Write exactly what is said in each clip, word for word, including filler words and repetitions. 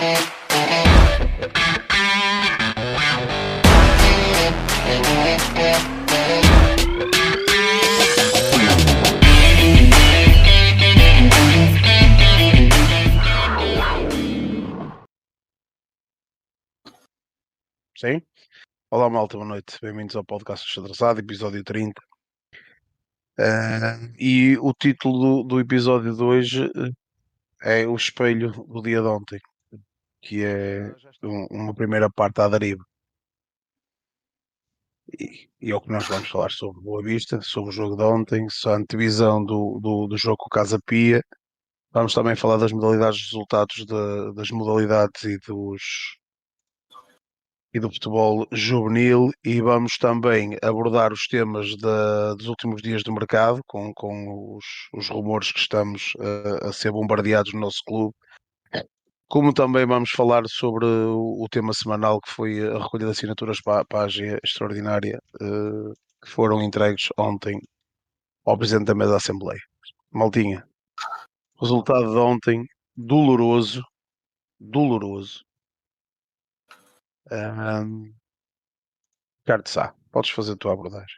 Sim? Olá malta, boa noite. Bem-vindos ao podcast Xadrezado, episódio trinta. Uh, e o título do, do episódio de hoje uh, é O Espelho do Dia de Ontem, que é um, uma primeira parte à deriva. E, e é o que nós vamos falar sobre Boa Vista, sobre o jogo de ontem, sobre a antevisão do, do, do jogo com o Casa Pia. Vamos também falar das modalidades, dos resultados de, das modalidades e dos e do futebol juvenil, e vamos também abordar os temas da, dos últimos dias do mercado, com, com os, os rumores que estamos a, a ser bombardeados no nosso clube, como também vamos falar sobre o, o tema semanal, que foi a recolha de assinaturas para, para a A G extraordinária, uh, que foram entregues ontem ao Presidente da Mesa da Assembleia. Maltinha, resultado de ontem, doloroso, doloroso. Um, Ricardo Sá, podes fazer a tua abordagem.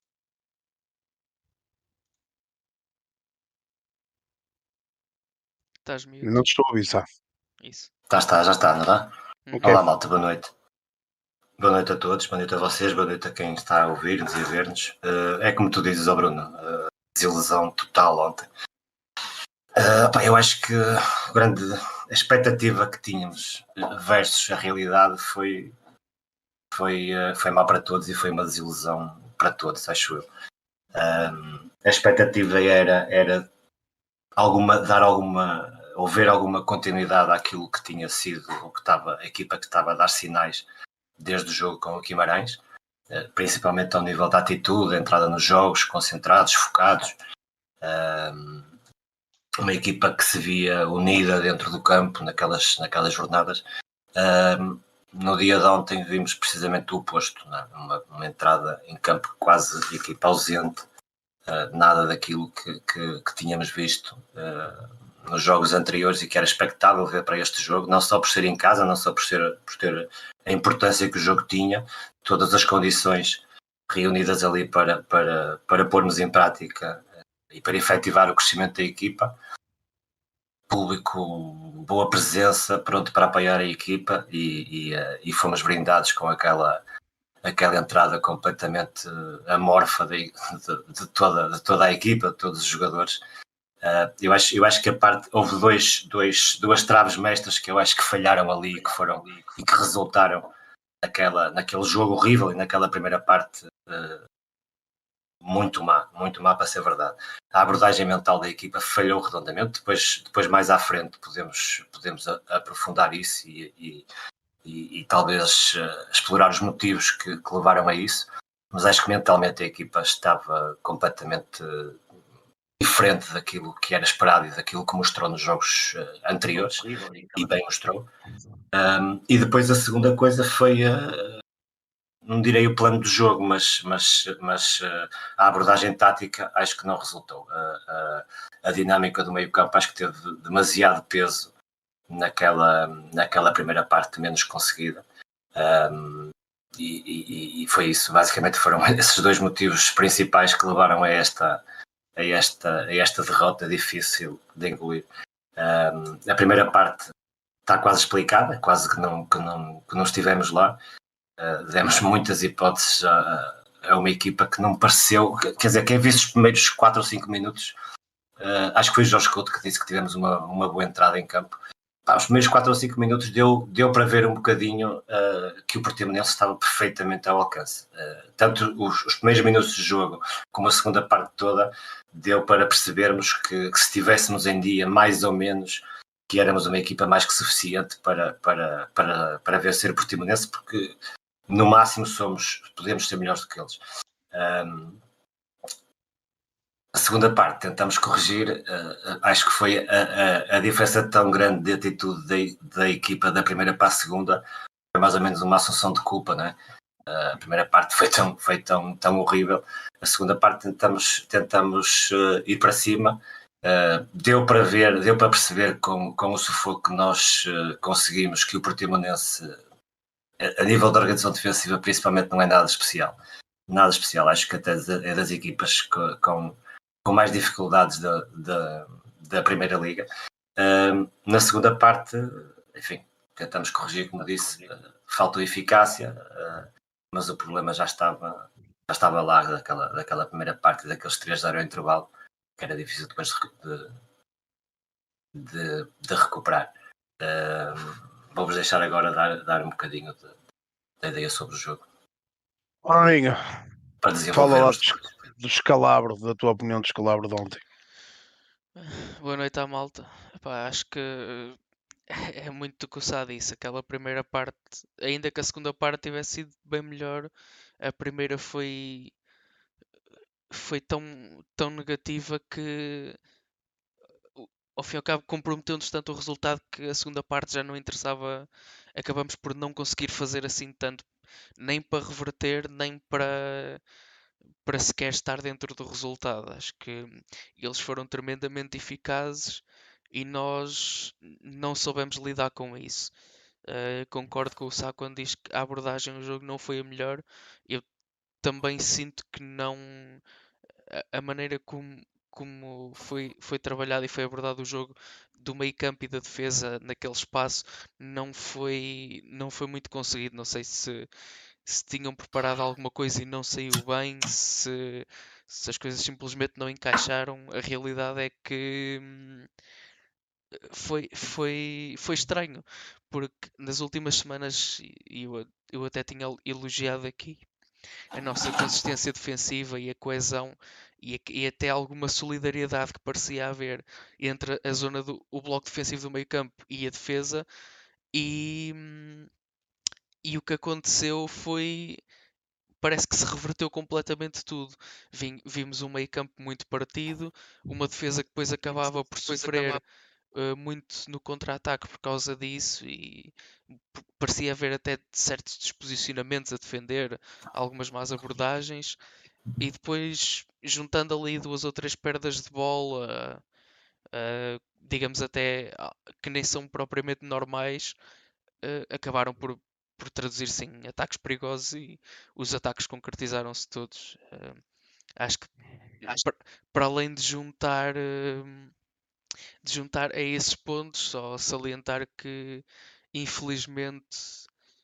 Estás mute. Não te estou a ouvir, Sá. Isso. Já está, já está, não está? Ok. Olá, malta, boa noite. Boa noite a todos, boa noite a vocês, boa noite a quem está a ouvir-nos e a ver-nos. Uh, é como tu dizes, ó Bruno, uh, desilusão total ontem. Uh, pá, eu acho que a grande expectativa que tínhamos versus a realidade foi, foi, uh, foi má para todos e foi uma desilusão para todos, acho eu. Uh, a expectativa era, era alguma, dar alguma, ou ver alguma continuidade àquilo que tinha sido, ou que estava, a equipa que estava a dar sinais desde o jogo com o Guimarães, principalmente ao nível da atitude, a entrada nos jogos, concentrados, focados, uma equipa que se via unida dentro do campo naquelas, naquelas jornadas. No dia de ontem vimos precisamente o oposto, uma, uma entrada em campo quase de equipa ausente, nada daquilo que, que, que tínhamos visto nos jogos anteriores e que era expectável ver para este jogo, não só por ser em casa, não só por, ser, por ter a importância que o jogo tinha, todas as condições reunidas ali para, para, para pormos em prática e para efetivar o crescimento da equipa, público, boa presença, pronto para apoiar a equipa e, e, e fomos brindados com aquela, aquela entrada completamente amorfa de, de, de, toda, de toda a equipa, de todos os jogadores. Uh, eu, acho, eu acho que a parte, houve dois, dois, duas traves mestras que eu acho que falharam ali, que foram e que resultaram naquela, naquele jogo horrível e naquela primeira parte uh, muito má, muito má para ser verdade. A abordagem mental da equipa falhou redondamente, depois, depois mais à frente podemos, podemos a, aprofundar isso e, e, e, e talvez uh, explorar os motivos que, que levaram a isso, mas acho que mentalmente a equipa estava completamente uh, diferente daquilo que era esperado e daquilo que mostrou nos jogos uh, anteriores, e bem mostrou. Um, e depois a segunda coisa foi, uh, não direi o plano do jogo, mas, mas, mas uh, a abordagem tática acho que não resultou. Uh, uh, a dinâmica do meio campo acho que teve demasiado peso naquela, naquela primeira parte menos conseguida. Um, e, e, e foi isso, basicamente foram esses dois motivos principais que levaram a esta A esta, a esta derrota difícil de engolir. Um, a primeira parte está quase explicada, quase que não, que não, que não estivemos lá. Uh, demos muitas hipóteses a, a uma equipa que não pareceu, quer dizer, quem visse os primeiros quatro ou cinco minutos, uh, acho que foi o Jorge Couto que disse que tivemos uma, uma boa entrada em campo. Pá, os primeiros quatro ou cinco minutos deu, deu para ver um bocadinho uh, que o Portimonense estava perfeitamente ao alcance. Uh, tanto os, os primeiros minutos de jogo como a segunda parte toda deu para percebermos que, que se estivéssemos em dia mais ou menos, que éramos uma equipa mais que suficiente para, para, para, para vencer o Portimonense, porque no máximo somos, podemos ser melhores do que eles. Um, A segunda parte tentamos corrigir, uh, acho que foi a, a, a diferença tão grande de atitude da, da equipa da primeira para a segunda, foi mais ou menos uma assunção de culpa, não é? Uh, a primeira parte foi tão, foi tão, tão horrível, a segunda parte tentamos, tentamos uh, ir para cima Uh, deu para ver, deu para perceber com, com o sufoco que nós uh, conseguimos que o Portimonense, a, a nível da organização defensiva principalmente, não é nada especial. Nada especial, acho que até é das equipas com, com, com mais dificuldades da, da, da Primeira Liga. Uh, na segunda parte, enfim, tentamos corrigir, como disse, uh, faltou eficácia, uh, mas o problema já estava, já estava lá daquela, daquela primeira parte, daqueles três zero ao intervalo, que era difícil depois de, de, de recuperar. Uh, Vou-vos deixar agora dar, dar um bocadinho de, de ideia sobre o jogo. Marinho, para fala lá desenvolvermos. do descalabro, da tua opinião do descalabro de ontem. Boa noite à malta. Epá, acho que é muito do que o Sá disse. Aquela primeira parte, ainda que a segunda parte tivesse sido bem melhor, a primeira foi foi tão, tão negativa que o- ao fim e ao cabo comprometeu-nos tanto o resultado que a segunda parte já não interessava. Acabamos por não conseguir fazer assim tanto, nem para reverter, nem para para sequer estar dentro do resultado. Acho que eles foram tremendamente eficazes e nós não soubemos lidar com isso. Uh, concordo com o Sá quando diz que a abordagem do jogo não foi a melhor. Eu também sinto que não. A, a maneira como, como foi, foi trabalhado e foi abordado o jogo do meio campo e da defesa naquele espaço não foi, não foi muito conseguido. Não sei se, se tinham preparado alguma coisa e não saiu bem, se, se as coisas simplesmente não encaixaram. A realidade é que hum, foi, foi, foi estranho, porque nas últimas semanas e eu, eu até tinha elogiado aqui a nossa consistência defensiva e a coesão e, a- e até alguma solidariedade que parecia haver entre a zona do o bloco defensivo do meio campo e a defesa e, hum, e o que aconteceu foi parece que se reverteu completamente tudo. Vim- vimos um meio campo muito partido, uma defesa que depois acabava por sofrer uh, muito no contra-ataque por causa disso e p- parecia haver até certos desposicionamentos a defender, algumas más abordagens e depois juntando ali duas ou três perdas de bola, uh, digamos até ah, que nem são propriamente normais, uh, acabaram por, por traduzir-se em ataques perigosos e os ataques concretizaram-se todos. Uh, acho que para, para além de juntar uh, de juntar a esses pontos, só salientar que infelizmente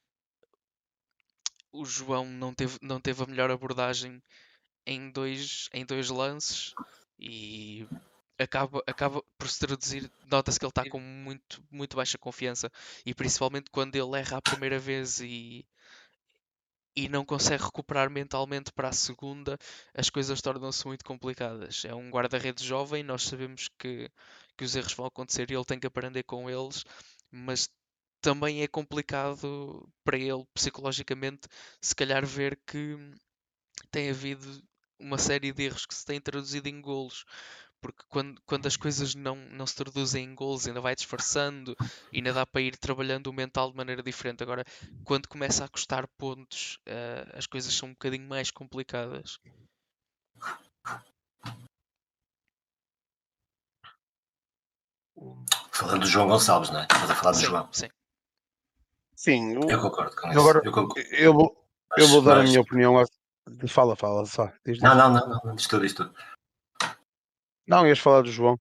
o João não teve, não teve a melhor abordagem em dois, em dois lances e acaba, acaba por se traduzir. Nota-se que ele está com muito, muito baixa confiança e principalmente quando ele erra a primeira vez e, e não consegue recuperar mentalmente para a segunda, as coisas tornam-se muito complicadas. É um guarda-redes jovem, nós sabemos que, que os erros vão acontecer e ele tem que aprender com eles, mas também é complicado para ele psicologicamente, se calhar, ver que tem havido uma série de erros que se têm traduzido em golos, porque quando, quando as coisas não, não se traduzem em golos, ainda vai disfarçando, ainda dá para ir trabalhando o mental de maneira diferente. Agora, quando começa a custar pontos, eh, as coisas são um bocadinho mais complicadas. Falando do João Gonçalves, não é? Estás a falar do Sim, João. sim. Sim, Eu o- concordo com eu isso. agora Eu, concordo. eu vou, eu Mas, vou dar a mas... minha opinião. a- Fala, fala, só. Diz, Não, diz. não, não, não, diz tudo, diz tudo. Não, ias falar do João.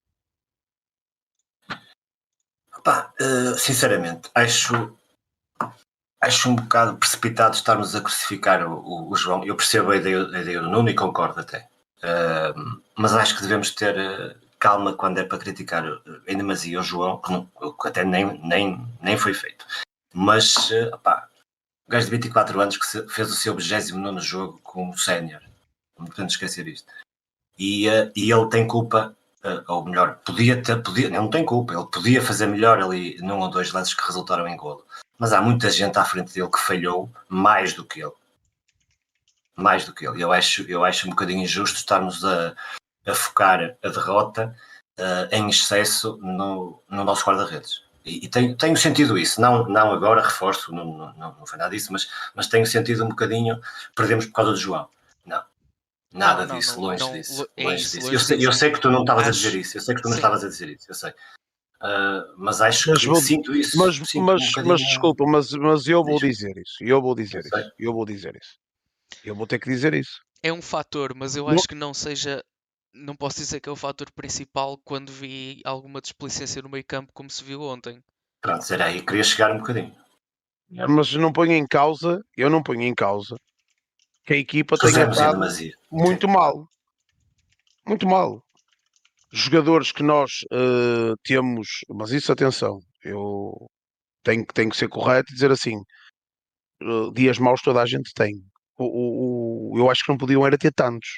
Pá, uh, sinceramente, acho, acho um bocado precipitado estarmos a crucificar o, o, o João. Eu percebo a ideia, a ideia do Nuno e concordo até. Uh, mas acho que devemos ter uh, calma quando é para criticar em demasia o João, que, não, que até nem, nem, nem foi feito. Mas, uh, pá, o gajo de vinte e quatro anos que se, fez o seu vigésimo nono jogo como sénior. Não podemos esquecer isto. E, uh, e ele tem culpa, uh, ou melhor, podia ter, podia, não tem culpa, ele podia fazer melhor ali num ou dois lances que resultaram em golo. Mas há muita gente à frente dele que falhou mais do que ele. Mais do que ele. Eu acho, eu acho um bocadinho injusto estarmos a, a focar a derrota uh, em excesso no, no nosso guarda-redes. E, e tenho, tenho sentido isso, não, não agora, reforço, não, não, não foi nada disso, mas, mas tenho sentido um bocadinho, perdemos por causa do João. Não. Nada Não, não, disso, não, longe não, disso. lo- é Longe isso, disso. longe Eu sei, eu disso. sei que tu não estavas a Acho- dizer isso. Eu sei que tu não sim. estavas a dizer isso. Eu sei. Ah, mas acho Mas, que vou, sinto isso. mas, Sinto mas, um mas bocadinho. desculpa, mas, mas eu vou Diz-me. dizer isso. Eu vou dizer Eu sei. isso. Eu vou dizer isso. Eu vou ter que dizer isso. É um fator, mas eu Não- acho que não seja. Não posso dizer que é o fator principal quando vi alguma displicência no meio campo, como se viu ontem. Pronto, era aí que queria chegar um bocadinho. Mas não ponho em causa, eu não ponho em causa que a equipa tenha Fizemos em estado demasia. muito Sim. mal. Muito mal. Jogadores que nós eh, temos, mas isso atenção, eu tenho, que- tenho que ser correto e dizer assim, eh, dias maus toda a gente tem. O, o- o- eu acho que não podiam era ter tantos.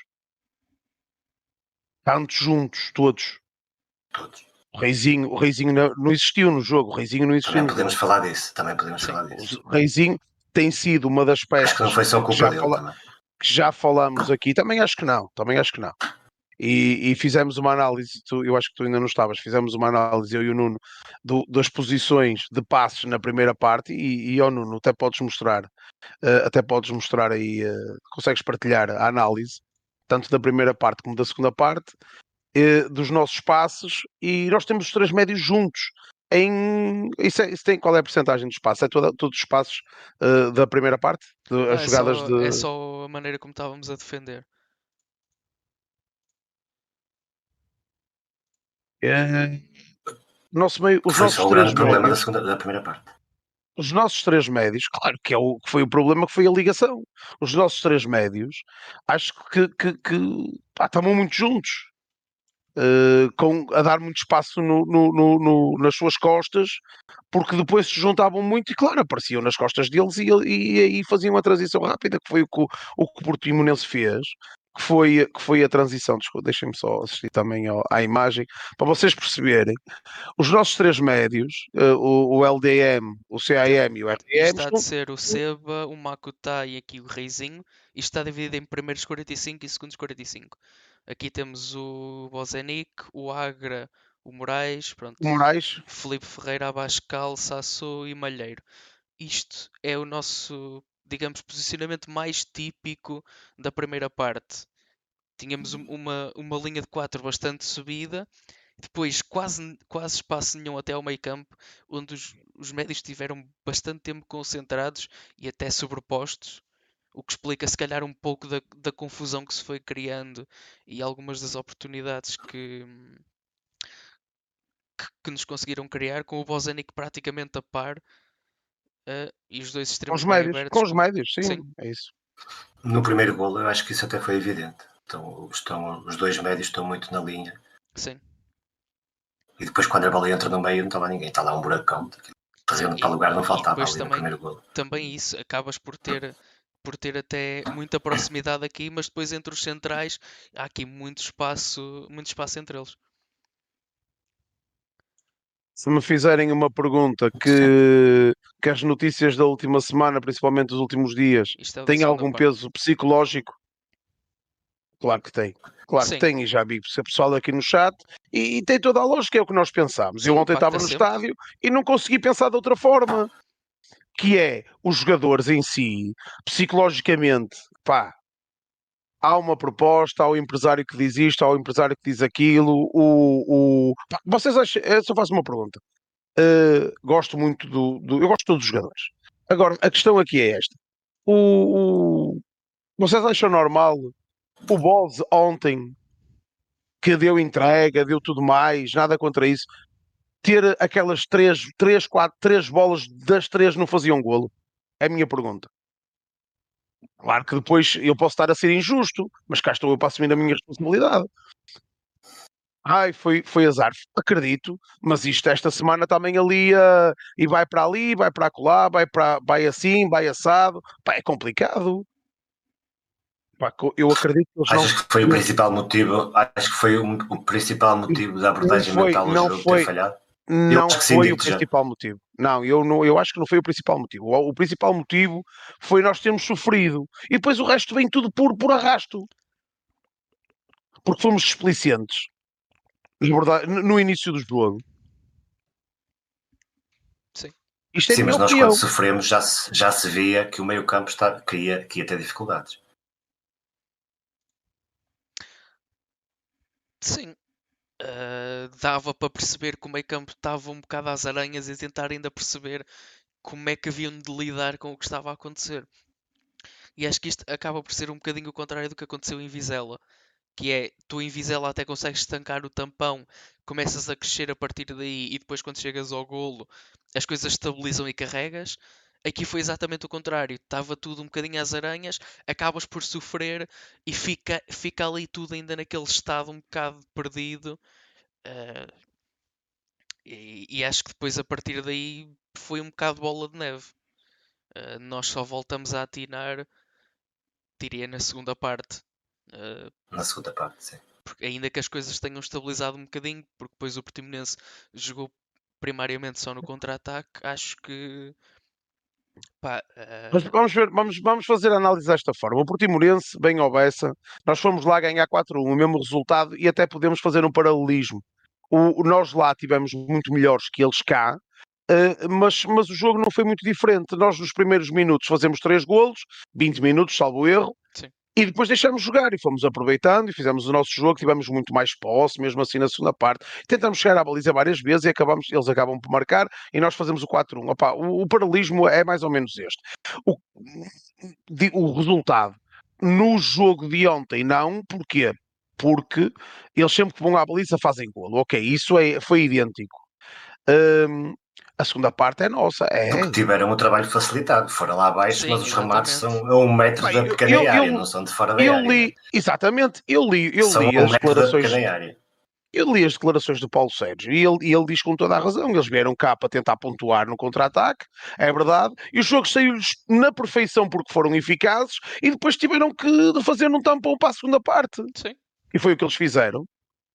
Tantos juntos, todos. Todos. O Reizinho, o Reizinho não, não existiu no jogo, o Reizinho não existiu Também no podemos jogo. falar disso. Também podemos Sim. falar disso. O Reizinho tem sido uma das Acho que não peças foi só que culpa já, dele fala- também. que já falamos aqui. Também acho que não, também acho que não. E, e fizemos uma análise, tu- eu acho que tu ainda não estavas, fizemos uma análise, eu e o Nuno, do- das posições de passos na primeira parte e, e ao Nuno, até podes mostrar, eh, até podes mostrar aí, eh, consegues partilhar a análise, tanto da primeira parte como da segunda parte, eh, dos nossos passos e nós temos os três médios juntos. Em, isso, é- isso tem, qual é a porcentagem de espaço? É toda, todos os passos eh, da primeira parte? De- Não, as é jogadas só, de. é só a maneira como estávamos a defender. eh, nosso meio, os Foi nossos só o três grande problema da, médios. segunda, da primeira parte. Os nossos três médios, claro que, é o, que foi o problema, que foi a ligação. Os nossos três médios, acho que, que, que pá, estavam muito juntos, eh, com, a dar muito espaço no, no- no- no- nas suas costas, porque depois se juntavam muito e, claro, apareciam nas costas deles e, e aí faziam a transição rápida, que foi o que o, o que o Portimonense fez. Que foi, que foi a transição, desculpa, deixem-me só assistir também ao- à imagem, para vocês perceberem. Os nossos três médios, eh, o, o L D M, o C A M e o Pronto, R T M, isto está de estão, ser o Seba, o Makuta e aqui o Reizinho. Isto está dividido em primeiros quarenta e cinco e segundos quarenta e cinco. Aqui temos o Bozenic, o Agra, o Moraes, pronto, o Moraes. Felipe Ferreira, Abascal, Sassou e Malheiro. Isto é o nosso, digamos, posicionamento mais típico da primeira parte. Tínhamos um- uma, uma linha de quatro bastante subida, depois quase, quase espaço nenhum até ao meio campo, onde os, os médios estiveram bastante tempo concentrados e até sobrepostos, o que explica se calhar um pouco da, da confusão que se foi criando e algumas das oportunidades que, que, que nos conseguiram criar, com o Bozanic praticamente a par, eh, e os dois Com extremos os bem médios, abertos. com os Com... médios, sim, Sim, é isso. No primeiro golo, eu acho que isso até foi evidente. Então, estão, os dois médios estão muito na linha. sim. E depois, quando a bola entra no meio, não está lá ninguém. Está lá um buracão. Fazendo E, para lugar, não e faltava depois ali no também, primeiro golo. também isso, acabas por ter, por ter até muita proximidade aqui, mas depois entre os centrais há aqui muito espaço, muito espaço entre eles. Se me fizerem uma pergunta que, que as notícias da última semana, principalmente dos últimos dias, Isto é o da têm segunda algum parte. peso psicológico? Claro que tem. Claro que Sim, tem, e já vi o pessoal aqui no chat, e, e tem toda a lógica, é o que nós pensámos. sim, Eu ontem estava impacta no sempre. estádio e não consegui pensar de outra forma, que é os jogadores em si, psicologicamente, pá, há uma proposta, há o empresário que diz isto, há o empresário que diz aquilo. O, o... Pá, vocês acham, eu só faço uma pergunta. Uh, gosto muito do, do- Eu gosto de todos os jogadores. Agora, a questão aqui é esta. O, o- vocês acham normal o Boz ontem, que deu entrega, deu tudo mais, nada contra isso, ter aquelas três, três, quatro, três bolas das três não faziam golo? É a minha pergunta. Claro que depois eu posso estar a ser injusto, mas cá estou eu para assumir a minha responsabilidade. Ai, foi, foi azar. Acredito, mas isto esta semana também ali uh, e vai para ali, vai para acolá, vai, para, vai assim, vai assado. Pá, é complicado. Pá, eu acredito que eles não. Achas que foi o principal motivo? Acho que foi o, o principal motivo da Não abordagem foi, mental do não jogo ter foi, falhado? Eu não acho que sim, foi o digo-te já. principal motivo. Não, eu não, eu acho que não foi o principal motivo. O, o principal motivo foi nós termos sofrido e depois o resto vem tudo por, por arrasto, porque fomos desplicentes no início do jogo. Sim. Isto é a Sim, minha mas nós opinião. quando sofremos já se, já se via que o meio campo está, que, ia, que ia ter dificuldades. Sim. Uh, dava para perceber que o meio campo estava um bocado às aranhas e tentar ainda perceber como é que haviam de lidar com o que estava a acontecer. E acho que isto acaba por ser um bocadinho o contrário do que aconteceu em Vizela. Que é, tu em Vizela até consegues estancar o tampão, começas a crescer a partir daí e depois quando chegas ao golo as coisas estabilizam e carregas. Aqui foi exatamente o contrário, estava tudo um bocadinho às aranhas, acabas por sofrer e fica, fica ali tudo ainda naquele estado um bocado perdido. Uh, e, e acho que depois a partir daí foi um bocado bola de neve. Uh, nós só voltamos a atinar, diria, na segunda parte. Uh, Na segunda parte, sim. porque ainda que as coisas tenham estabilizado um bocadinho, porque depois o Portimonense jogou primariamente só no contra-ataque, acho que pá, Mas uh, vamos ver, vamos, vamos fazer a análise desta forma. O Portimonense, bem ou beça, nós fomos lá ganhar quatro a um, o mesmo resultado, e até podemos fazer um paralelismo. O, o- nós lá tivemos muito melhores que eles cá, uh, mas, mas o jogo não foi muito diferente. Nós, nos primeiros minutos, fazemos três golos, vinte minutos, salvo erro, sim, e depois deixamos jogar e fomos aproveitando e fizemos o nosso jogo, tivemos muito mais posse, mesmo assim na segunda parte. Tentamos chegar à baliza várias vezes e acabamos, eles acabam por marcar e nós fazemos o quatro a um. Opa, o, o paralelismo é mais ou menos este. O, o resultado no jogo de ontem não, porquê? Porque eles sempre que vão à baliza fazem golo. Ok, isso é, foi idêntico. Hum, a segunda parte é nossa, é. Porque tiveram o trabalho facilitado, foram lá abaixo, sim, mas os remates exatamente. são a um metro Bem, da eu, pequena eu, área, eu, não são de fora da eu área. li, exatamente, eu li, eu São li a um as metro da declarações. pequena área. Eu li as declarações do Paulo Sérgio e ele, e ele diz com toda a razão. Eles vieram cá para tentar pontuar no contra-ataque, é verdade, e o jogo saiu-lhes na perfeição porque foram eficazes e depois tiveram que fazer um tampão para a segunda parte. Sim. E foi o que eles fizeram.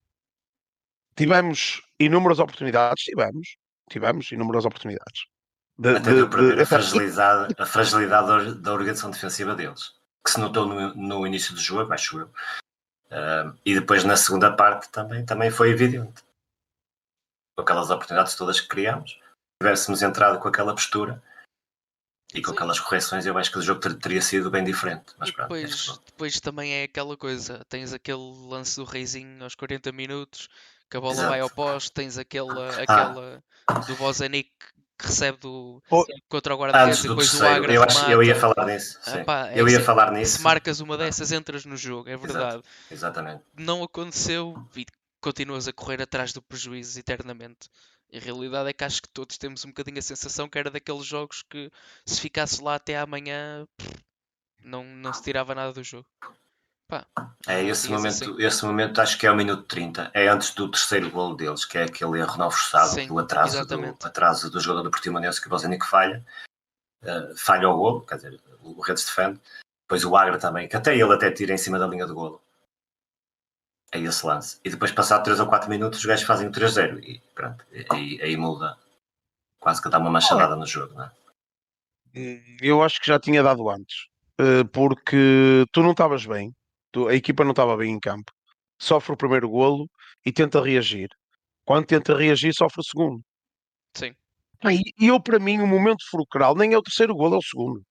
Tivemos inúmeras oportunidades, tivemos, tivemos inúmeras oportunidades. De, Até de, deu para ver de, a epá, fragilidade, a fragilidade da organização defensiva deles, que se notou no, no início do jogo, acho eu. Uh, e depois na segunda parte também, também foi evidente. Com aquelas oportunidades todas que criámos, se tivéssemos entrado com aquela postura e com Sim. aquelas correções, eu acho que o jogo ter, teria sido bem diferente. Mas E pronto, é depois, isso. depois também é aquela coisa, tens aquele lance do Reizinho aos quarenta minutos, que a bola Exato. vai ao poste, tens aquela, Ah. aquela do Bozanic que recebe do, Oh, contra o Antes guarda-redes e do depois o terceiro, Agra eu, acho, eu ia remata. falar nisso. Ah, Sim. pá, é eu ia assim, falar se nisso. marcas uma dessas, entras no jogo, é verdade. Exato. Exatamente. Não aconteceu e continuas a correr atrás do prejuízo eternamente. E a realidade é que acho que todos temos um bocadinho a sensação que era daqueles jogos que se ficasse lá até amanhã não, não se tirava nada do jogo. Pá, É, há esse dias momento, assim. esse momento acho que é o minuto trinta, é antes do terceiro golo deles, que é aquele erro não forçado, Sim, do atraso do, exatamente. atraso do jogador do Portimonense que o Bozanic falha, uh, falha o golo, quer dizer, o Redes defende, depois o Agra também, que até ele até tira em cima da linha do golo. É esse lance. E depois, passado três ou quatro minutos, os gajos fazem o três zero e pronto, aí, aí muda, quase que dá uma machadada no jogo, não é? eu acho que já tinha dado antes, eh, porque tu não estavas bem, tu- a equipa não estava bem em campo, sofre o primeiro golo e tenta reagir. Quando tenta reagir, sofre o segundo. Sim. Bem, E eu, para mim, o momento fulcral nem é o terceiro golo, é o segundo.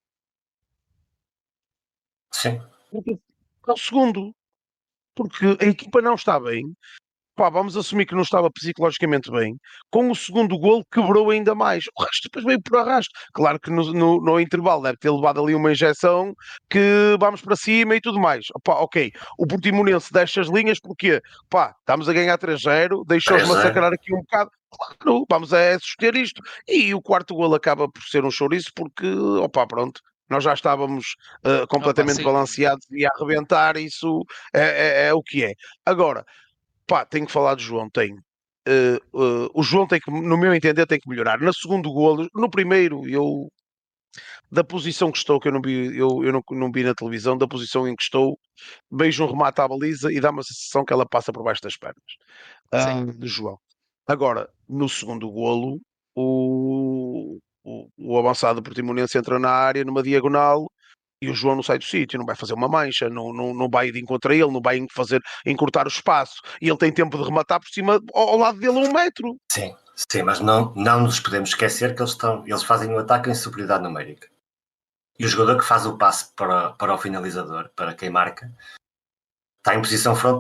Sim. É o segundo. Porque a equipa não está bem. Pá, vamos assumir que não estava psicologicamente bem. Com o segundo golo, quebrou ainda mais. O resto depois veio por arrasto. Claro que no, no, no intervalo deve ter levado ali uma injeção que vamos para cima e tudo mais. Pá, ok, o Portimonense deixa as linhas porque, pá, estamos a ganhar três zero, deixou-os três zero. massacrar aqui um bocado. Claro, vamos a suster isto. E o quarto golo acaba por ser um chouriço porque, opá, pronto. Nós já estávamos uh, completamente sim. balanceados e a arrebentar, isso é, é, é o que é. Agora, pá, tenho que falar de João, tenho. Uh, uh, o João tem que, no meu entender, tem que melhorar. No segundo golo, no primeiro, eu da posição que estou, que eu não vi, eu, eu não, não vi na televisão, da posição em que estou, vejo um remate à baliza e dá-me a sensação que ela passa por baixo das pernas Sim. uh, de João. Agora, no segundo golo, o, o, o avançado portimonense entra na área numa diagonal e o João não sai do sítio, não vai fazer uma mancha, não, não, não vai de encontro a ele, não vai fazer encurtar o espaço. E ele tem tempo de rematar por cima, ao, ao lado dele, a um metro. Sim, sim, mas não, não nos podemos esquecer que eles, estão, eles fazem um ataque em superioridade numérica. E o jogador que faz o passe para, para o finalizador, para quem marca, está em posição frontal.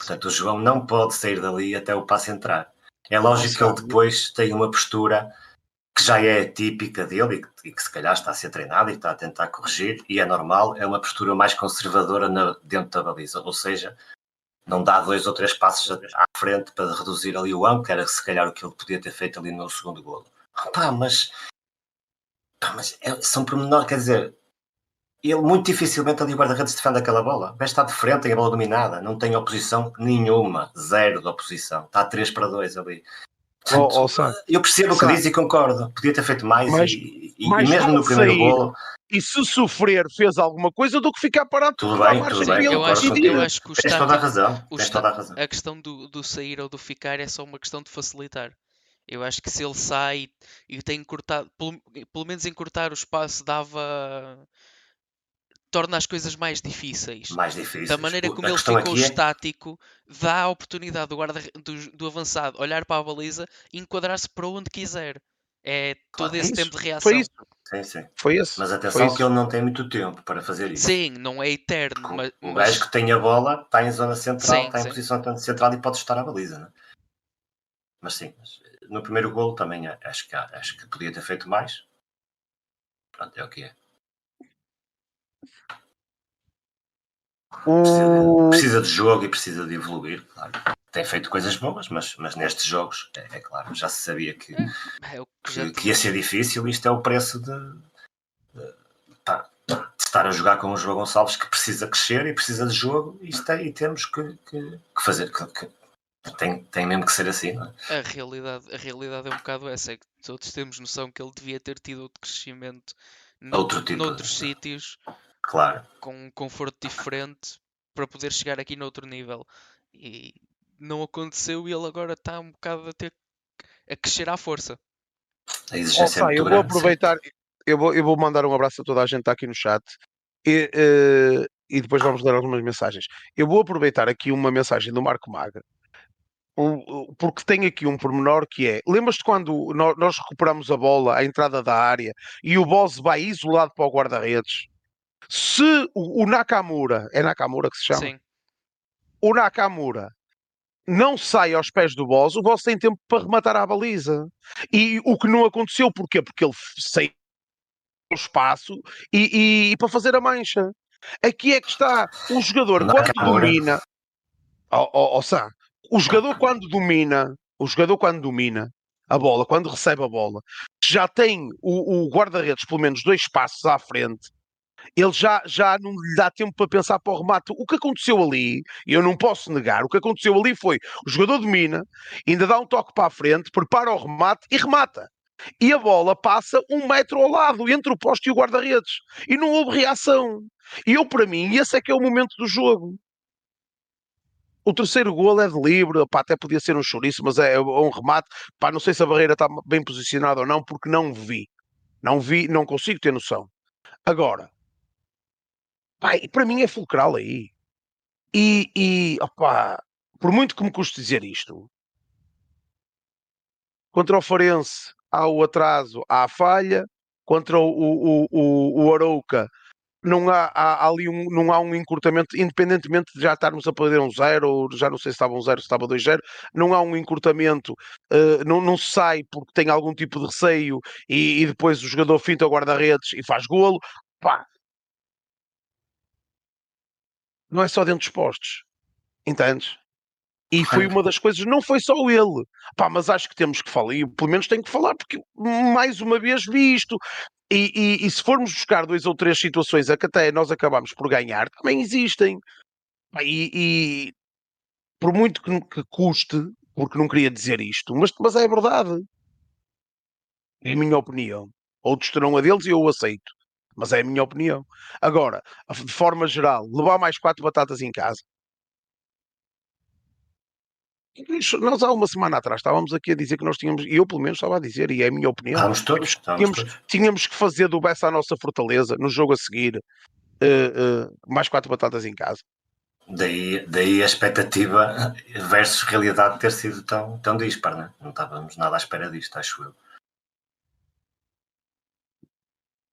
Portanto, o João não pode sair dali até o passe entrar. É lógico que ele depois tem uma postura que já é típica dele e que, e que se calhar está a ser treinado e está a tentar corrigir, e é normal, é uma postura mais conservadora na, dentro da baliza, ou seja, não dá dois ou três passos à frente para reduzir ali o ângulo, que era se calhar o que ele podia ter feito ali no segundo golo. Pá, mas, pá, mas é, são pormenores, quer dizer, ele muito dificilmente ali o guarda-redes defende aquela bola. O gajo está de frente, tem a bola dominada, não tem oposição nenhuma, zero de oposição, está a três para dois ali. Portanto, oh, oh, eu percebo o que diz e concordo. Podia ter feito mais, mas, e, e, e mesmo no primeiro sair, golo. E se sofrer, fez alguma coisa do que ficar parado. Tudo bem, tudo bem. Eu acho, eu acho que o tens toda a razão. Tens toda a razão. A questão do, do sair ou do ficar é só uma questão de facilitar. Eu acho que se ele sai e tem encurtado, pelo, pelo menos encurtar o espaço, dava. Torna as coisas mais difíceis. Mais difíceis. Da maneira como a ele ficou é... estático, dá a oportunidade do, guarda, do, do avançado olhar para a baliza e enquadrar-se para onde quiser. É todo claro, esse isso, tempo de reação. Foi isso. Sim, sim. Foi esse. Mas atenção foi que ele não tem muito tempo para fazer isso. Sim, não é eterno. Porque mas, o mas... gajo que tem a bola está em zona central, sim, está em sim. posição central e pode estar à baliza. Não é? Mas sim, no primeiro golo também acho que, acho que podia ter feito mais. Pronto, é o que é. Precisa, precisa de jogo e precisa de evoluir, claro. Tem feito coisas boas, mas, mas nestes jogos, é, é claro, já se sabia que, é, que, que ia ser difícil. Isto é o preço de, de, de, de estar a jogar com o João Gonçalves, que precisa crescer e precisa de jogo, e, isto é, e temos que, que, que fazer. Que, que, tem, tem mesmo que ser assim, não é? A realidade, a realidade é um bocado essa, é que todos temos noção que ele devia ter tido outro crescimento outro no, tipo noutros de... sítios, claro, com um conforto diferente, para poder chegar aqui noutro nível. E não aconteceu e ele agora está um bocado a ter a crescer à força. A exigência oh, é muito eu grande, vou aproveitar, eu vou, eu vou mandar um abraço a toda a gente que está aqui no chat e, uh, e depois vamos ler algumas mensagens. Eu vou aproveitar aqui uma mensagem do Marco Maga, um, porque tem aqui um pormenor que é, lembras-te quando nós, nós recuperamos a bola à entrada da área e o Boss vai isolado para o guarda-redes? Se o, o Nakamura, é Nakamura que se chama? Sim. O Nakamura não sai aos pés do Boss, o Boss tem tempo para rematar a baliza. E o que não aconteceu, porquê? Porque ele saiu do espaço e, e, e para fazer a mancha. Aqui é que está o jogador quando domina. Oh, oh, oh, Sam, o jogador quando domina, o jogador quando domina a bola, quando recebe a bola, já tem o, o guarda-redes pelo menos dois passos à frente. Ele já, já não lhe dá tempo para pensar para o remate. O que aconteceu ali, e eu não posso negar, o que aconteceu ali foi, o jogador domina, ainda dá um toque para a frente, prepara o remate e remata. E a bola passa um metro ao lado, entre o poste e o guarda-redes. E não houve reação. E eu, para mim, esse é que é o momento do jogo. O terceiro golo é de livre, pá, até podia ser um chouriço, mas é um remate. Pá, não sei se a barreira está bem posicionada ou não, porque não vi. Não vi, não consigo ter noção. Agora, pai, para mim é fulcral aí. E, e opá, por muito que me custe dizer isto, contra o Farense há o atraso, há a falha, contra o, o, o, o Arouca não há, há, há ali um, não há um encurtamento, independentemente de já estarmos a perder um zero, ou já não sei se estava um zero, se estava dois zero, não há um encurtamento, uh, não, não se sai porque tem algum tipo de receio e, e depois o jogador finta o guarda-redes e faz golo. Pá, não é só dentro dos postos, entendes? E foi uma das coisas, não foi só ele, pá, mas acho que temos que falar, e pelo menos tenho que falar, porque mais uma vez vi isto, e, e, e se formos buscar dois ou três situações a que até nós acabamos por ganhar, também existem, e, e por muito que, que custe, porque não queria dizer isto, mas, mas é verdade, é a minha opinião, outros terão a deles e eu o aceito, mas é a minha opinião. Agora, de forma geral, levar mais quatro batatas em casa, nós há uma semana atrás estávamos aqui a dizer que nós tínhamos, e eu pelo menos estava a dizer, e é a minha opinião, estávamos todos, estávamos tínhamos, todos. tínhamos que fazer do Bessa a nossa fortaleza no jogo a seguir, uh, uh, mais quatro batatas em casa. Daí, daí a expectativa versus realidade ter sido tão, tão dispar, né? Não estávamos nada à espera disto, acho eu.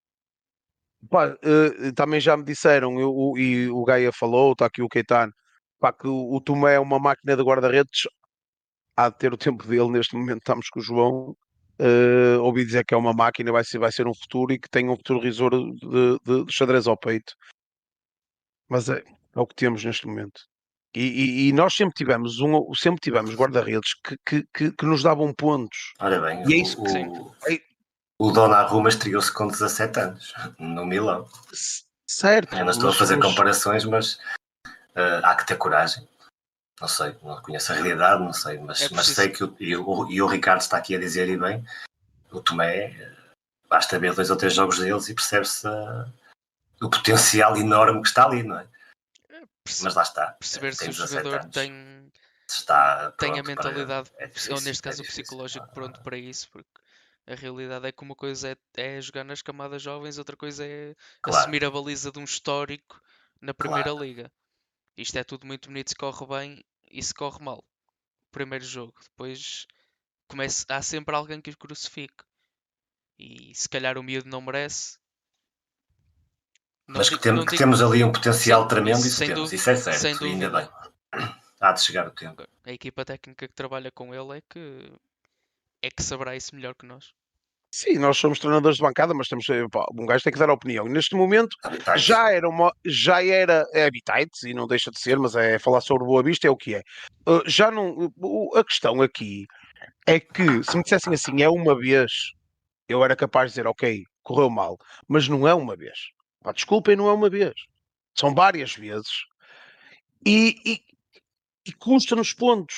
Pá, uh, também já me disseram, eu, o, e o Gaia falou, está aqui o Keitano, Pá, que o, o Tomé é uma máquina de guarda-redes, há de ter o tempo dele. Neste momento estamos com o João. Uh, ouvi dizer que é uma máquina, vai ser, vai ser um futuro e que tem um futuro risor de, de, de xadrez ao peito. Mas é, é o que temos neste momento. E, e, e nós sempre tivemos um, sempre tivemos guarda-redes que, que, que, que nos davam pontos. Olha bem, E é o, isso que sim. o, É, o Donnarumma estreou-se com dezassete anos no Milão. certo. Eu não estou mas, a fazer mas, comparações, mas uh, há que ter coragem. Não sei, não conheço a realidade, não sei, mas, É mas preciso. sei que o, e, o, e o Ricardo está aqui a dizer, e bem, o Tomé, basta ver dois ou três jogos deles e percebe-se uh, o potencial enorme que está ali, não é? Perce- Mas lá está, Perceber se tem o dezassete jogador anos, tem, está tem a pronto para- mentalidade, é ou difícil, neste é caso o difícil. psicológico pronto para isso, porque a realidade é que uma coisa é, é jogar nas camadas jovens, outra coisa é Claro, assumir a baliza de um histórico na primeira claro. liga. Isto é tudo muito bonito se corre bem e se corre mal. Primeiro jogo, depois começa, há sempre alguém que o crucifique. E se calhar o miúdo não merece. Não Mas que, digo, tem, não que digo, temos ali um potencial sim, tremendo, isso isso sem temos, dúvida, isso é sem certo, e ainda bem. dúvida. Há de chegar o tempo. A equipa técnica que trabalha com ele é que é que saberá isso melhor que nós. sim, nós somos treinadores de bancada, mas temos, pá, um gajo tem que dar a opinião. Neste momento Habitats. já era uma, já era é habitats, e não deixa de ser, mas é falar sobre o Boa Vista é o que é. Uh, já não, o- a questão aqui é que se me dissessem assim, é uma vez, eu era capaz de dizer, ok, correu mal, mas não é uma vez. Pá, desculpem, não é uma vez. São várias vezes e, e, e custa-nos pontos.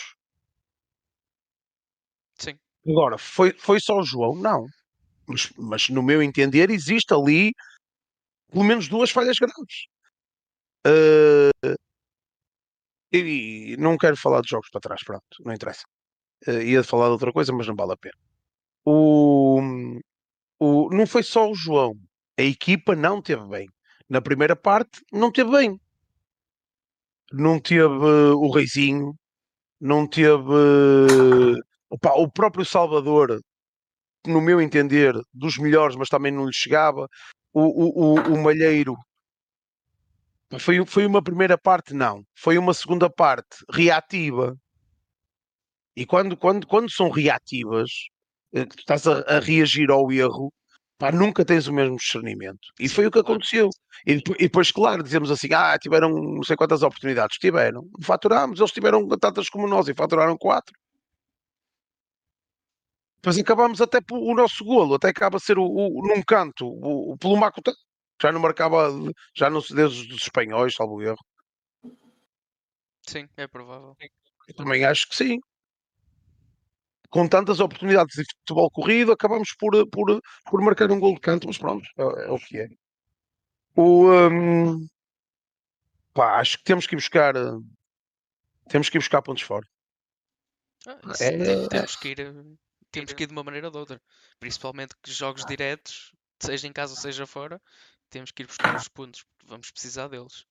Sim, Agora, foi, foi só o João? Não. Mas, mas no meu entender, existe ali pelo menos duas falhas graves. Uh, e não quero falar de jogos para trás, pronto, não interessa. Uh, ia falar de outra coisa, mas não vale a pena. O, o, não foi só o João. A equipa não teve bem. Na primeira parte, não teve bem. Não teve uh, o Reizinho, não teve uh, opa, o próprio Salvador, no meu entender, dos melhores, mas também não lhe chegava. O, o, o, o Malheiro foi, foi uma primeira parte, não. Foi uma segunda parte reativa. E quando, quando, quando são reativas, eh, tu estás a, a reagir ao erro, pá, nunca tens o mesmo discernimento. E sim, foi o que claro. aconteceu. E depois, e depois, claro, dizemos assim, ah, tiveram não sei quantas oportunidades. Tiveram. Faturámos. Eles tiveram tantas como nós e faturaram quatro. Depois acabamos até por, o nosso golo, até acaba a ser o, o- num canto, o, o pelo Makuta. Já não marcava, já não se desde os espanhóis, salvo erro. Sim, é provável. Eu também acho que sim. Com tantas oportunidades de futebol corrido, acabamos por, por, por marcar um gol de canto, mas pronto, é, é o que é. O, hum, pá, acho que temos que ir buscar, eh, temos que ir buscar pontos fora. Ah, isso te- É, temos que ir, eh, temos que ir de uma maneira ou de outra. Principalmente que jogos diretos, seja em casa ou seja fora, temos que ir buscar os pontos, porque vamos precisar deles.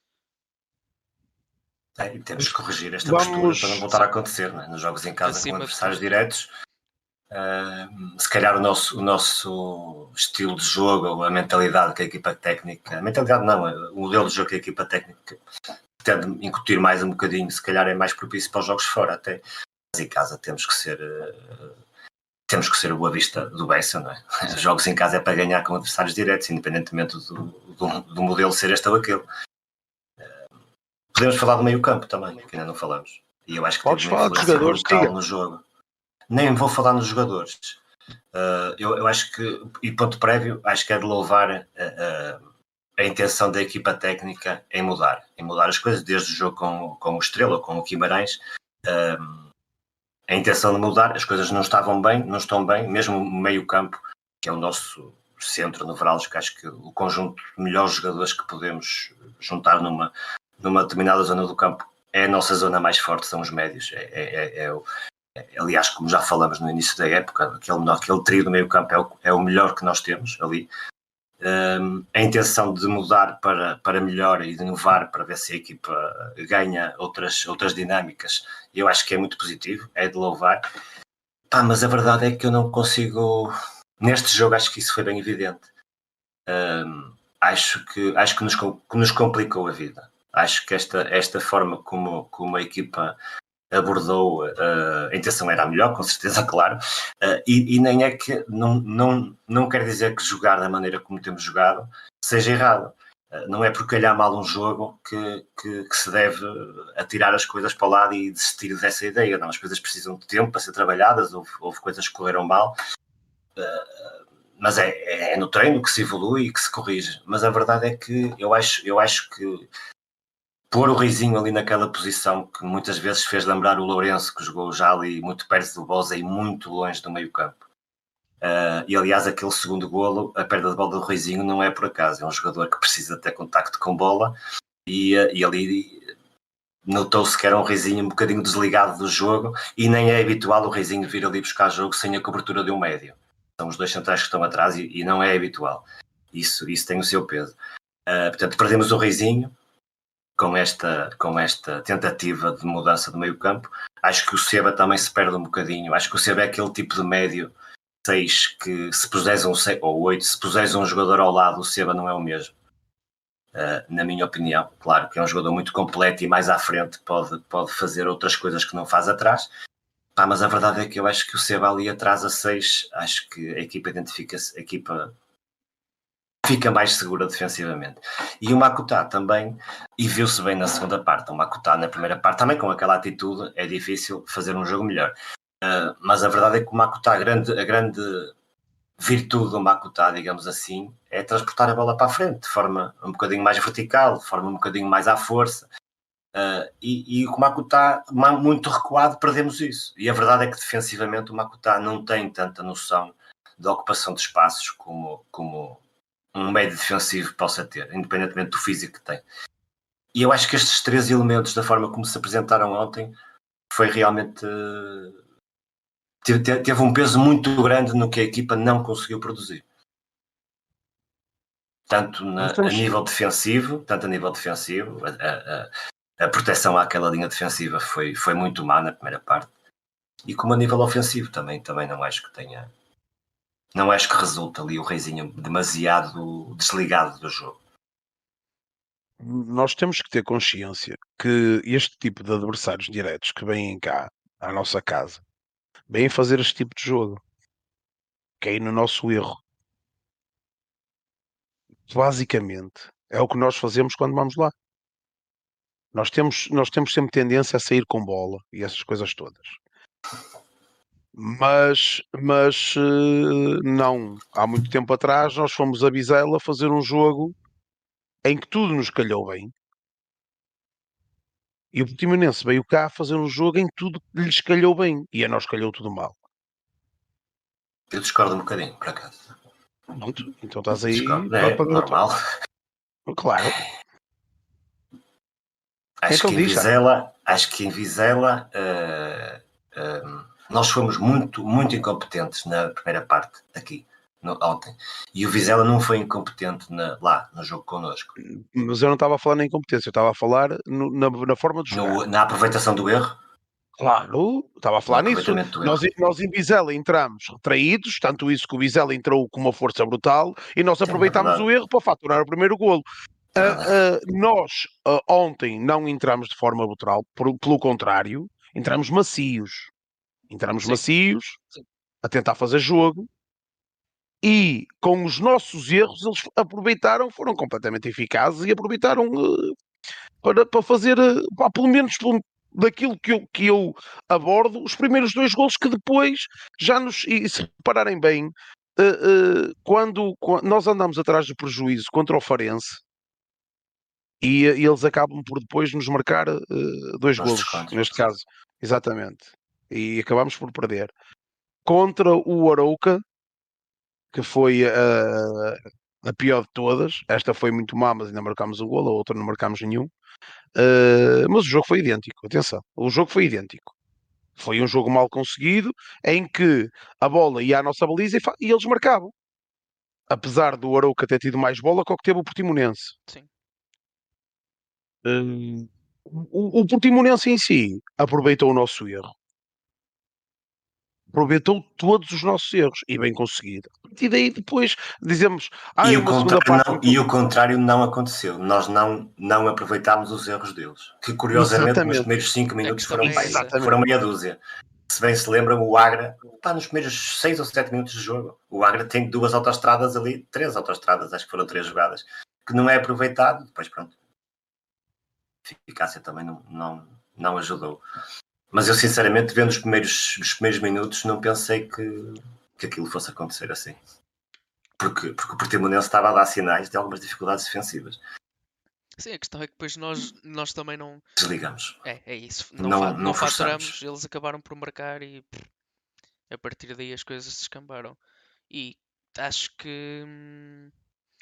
É, e temos que corrigir esta Vamos- postura para não voltar sim. a acontecer, não é? Nos jogos em casa Acima com de adversários tudo. diretos. Uh, se calhar o nosso, o nosso estilo de jogo, a mentalidade que a equipa técnica, a mentalidade não, o modelo de jogo que a equipa técnica tende a incutir mais um bocadinho, se calhar é mais propício para os jogos fora até. Mas em casa temos que ser uh, temos que ser o Boa Vista do Bessa, não é? Os jogos em casa é para ganhar com adversários diretos, independentemente do, do, do modelo ser este ou aquele. Uh, podemos falar do meio campo também, que ainda não falamos. E eu acho que Podes teve uma falar de influência jogadores, brutal diga. no jogo. Nem vou falar nos jogadores. Uh, eu, eu acho que, e ponto prévio, acho que é de louvar uh, uh, a intenção da equipa técnica em mudar, em mudar as coisas, desde o jogo com, com o Estrela, com o Guimarães. Uh, a intenção de mudar, as coisas não estavam bem, não estão bem, mesmo o meio campo, que é o nosso centro nevrálgico, acho que o conjunto de melhores jogadores que podemos juntar numa, numa determinada zona do campo é a nossa zona mais forte, são os médios, é, é, é o aliás, como já falamos no início da época, aquele, aquele trio do meio campo é o, é o melhor que nós temos ali. Um, a intenção de mudar para, para melhor e de inovar para ver se a equipa ganha outras, outras dinâmicas, eu acho que é muito positivo, é de louvar. Pá, mas a verdade é que eu não consigo, neste jogo acho que isso foi bem evidente. Um, acho que, acho que nos, que nos complicou a vida. Acho que esta, esta forma como, como a equipa abordou, uh, a intenção era a melhor, com certeza, claro, uh, e, e nem é que, não, não, não quer dizer que jogar da maneira como temos jogado seja errado. Uh, não é porque calhar mal um jogo que, que, que se deve atirar as coisas para o lado e desistir dessa ideia. Não, as coisas precisam de tempo para ser trabalhadas, houve, houve coisas que correram mal, uh, mas é, é no treino que se evolui e que se corrige. Mas a verdade é que eu acho, eu acho que pôr o Reizinho ali naquela posição que muitas vezes fez lembrar o Lourenço, que jogou já ali muito perto do Boza e muito longe do meio campo. Uh, e aliás, aquele segundo golo, a perda de bola do Reizinho não é por acaso, é um jogador que precisa ter contacto com bola e, uh, e ali notou-se que era um Reizinho um bocadinho desligado do jogo e nem é habitual o Reizinho vir ali buscar jogo sem a cobertura de um médio. São os dois centrais que estão atrás e, e não é habitual. Isso, isso tem o seu peso. Uh, portanto, perdemos o Reizinho com esta, com esta tentativa de mudança do meio campo. Acho que o Seba também se perde um bocadinho. Acho que o Seba é aquele tipo de médio seis que se puseres um seis, ou oito, se puseres um jogador ao lado, o Seba não é o mesmo. Uh, na minha opinião, claro que é um jogador muito completo e mais à frente pode, pode fazer outras coisas que não faz atrás. Pá, mas a verdade é que eu acho que o Seba ali atrás a seis, acho que a equipa identifica-se, a equipa fica mais segura defensivamente. E o Makuta também, e viu-se bem na segunda parte, o Makuta na primeira parte também com aquela atitude é difícil fazer um jogo melhor. Uh, mas a verdade é que o Makuta, a grande, a grande virtude do Makuta, digamos assim, é transportar a bola para a frente, de forma um bocadinho mais vertical, de forma um bocadinho mais à força. Uh, e, e o Makuta, muito recuado, perdemos isso. E a verdade é que defensivamente o Makuta não tem tanta noção da ocupação de espaços como... como um médio defensivo possa ter, independentemente do físico que tem. E eu acho que estes três elementos, da forma como se apresentaram ontem, foi realmente... Teve, teve um peso muito grande no que a equipa não conseguiu produzir. Tanto na, estamos... a nível defensivo, tanto a nível defensivo, a, a, a proteção àquela linha defensiva foi, foi muito má na primeira parte. E como a nível ofensivo também, também não acho que tenha... Não acho que resulta ali o Reizinho demasiado desligado do jogo. Nós temos que ter consciência que este tipo de adversários diretos que vêm cá, à nossa casa, vêm fazer este tipo de jogo. Cair no nosso erro. Basicamente, é o que nós fazemos quando vamos lá. Nós temos, nós temos sempre tendência a sair com bola e essas coisas todas. Mas, mas não. Há muito tempo atrás nós fomos a Vizela fazer um jogo em que tudo nos calhou bem. E o Portimonense veio cá fazer um jogo em que tudo lhes calhou bem. E a nós calhou tudo mal. Eu discordo um bocadinho, por acaso. Pronto, então estás aí discordo. É para normal. Claro. Acho, então, que em Vizela, acho que em Vizela uh, uh, nós fomos muito, muito incompetentes na primeira parte aqui. No, ontem. E o Vizela não foi incompetente na, lá no jogo connosco. Mas eu não estava a falar na incompetência, eu estava a falar no, na, na forma de jogar. No, na aproveitação do erro? Claro, estava a falar nisso. Nós, nós em Vizela entramos retraídos, tanto isso que o Vizela entrou com uma força brutal e nós aproveitámos é o erro para faturar o primeiro golo. É uh, uh, nós uh, ontem não entramos de forma brutal, por, pelo contrário, entramos macios. Entramos Sim. macios Sim. a tentar fazer jogo. E com os nossos erros eles aproveitaram, foram completamente eficazes e aproveitaram uh, para, para fazer, uh, pá, pelo menos pelo, daquilo que eu, que eu abordo, os primeiros dois golos que depois já nos, e se repararem bem, uh, uh, quando, quando nós andamos atrás do prejuízo contra o Farense e, e eles acabam por depois nos marcar uh, dois Nós golos, neste caso, exatamente, e acabamos por perder. Contra o Arouca, que foi a, a pior de todas. Esta foi muito má, mas ainda marcámos um golo, a outra não marcámos nenhum. Uh, mas o jogo foi idêntico, atenção, o jogo foi idêntico. Foi um jogo mal conseguido, em que a bola ia à nossa baliza e, e eles marcavam. Apesar do Arouca ter tido mais bola, que o que teve o Portimonense. Sim. Uh, o, o Portimonense em si aproveitou o nosso erro. aproveitou todos os nossos erros e bem conseguido. E daí depois dizemos, ah, E é o, uma segunda parte contrário não, muito... e o contrário não aconteceu. Nós não, não aproveitámos os erros deles. Que curiosamente nos Exatamente, primeiros cinco A minutos questão foram, é pá, aí, essa. exatamente. foram meia dúzia. Se bem se lembram, o Agra, pá, nos primeiros seis ou sete minutos de jogo, o Agra tem duas autoestradas ali, três autoestradas, acho que foram três jogadas, que não é aproveitado. Depois, pronto, a eficácia também não, não, não ajudou. Mas eu, sinceramente, vendo os primeiros, os primeiros minutos, não pensei que, que aquilo fosse acontecer assim. Porque, porque o Portimonense estava a dar sinais de algumas dificuldades defensivas. Sim, a questão é que depois nós, nós também não. Desligamos. É, é isso. Não, Não, fa não não forçamos. faturamos, eles acabaram por marcar e pff, a partir daí as coisas se descambaram. E acho que. hum,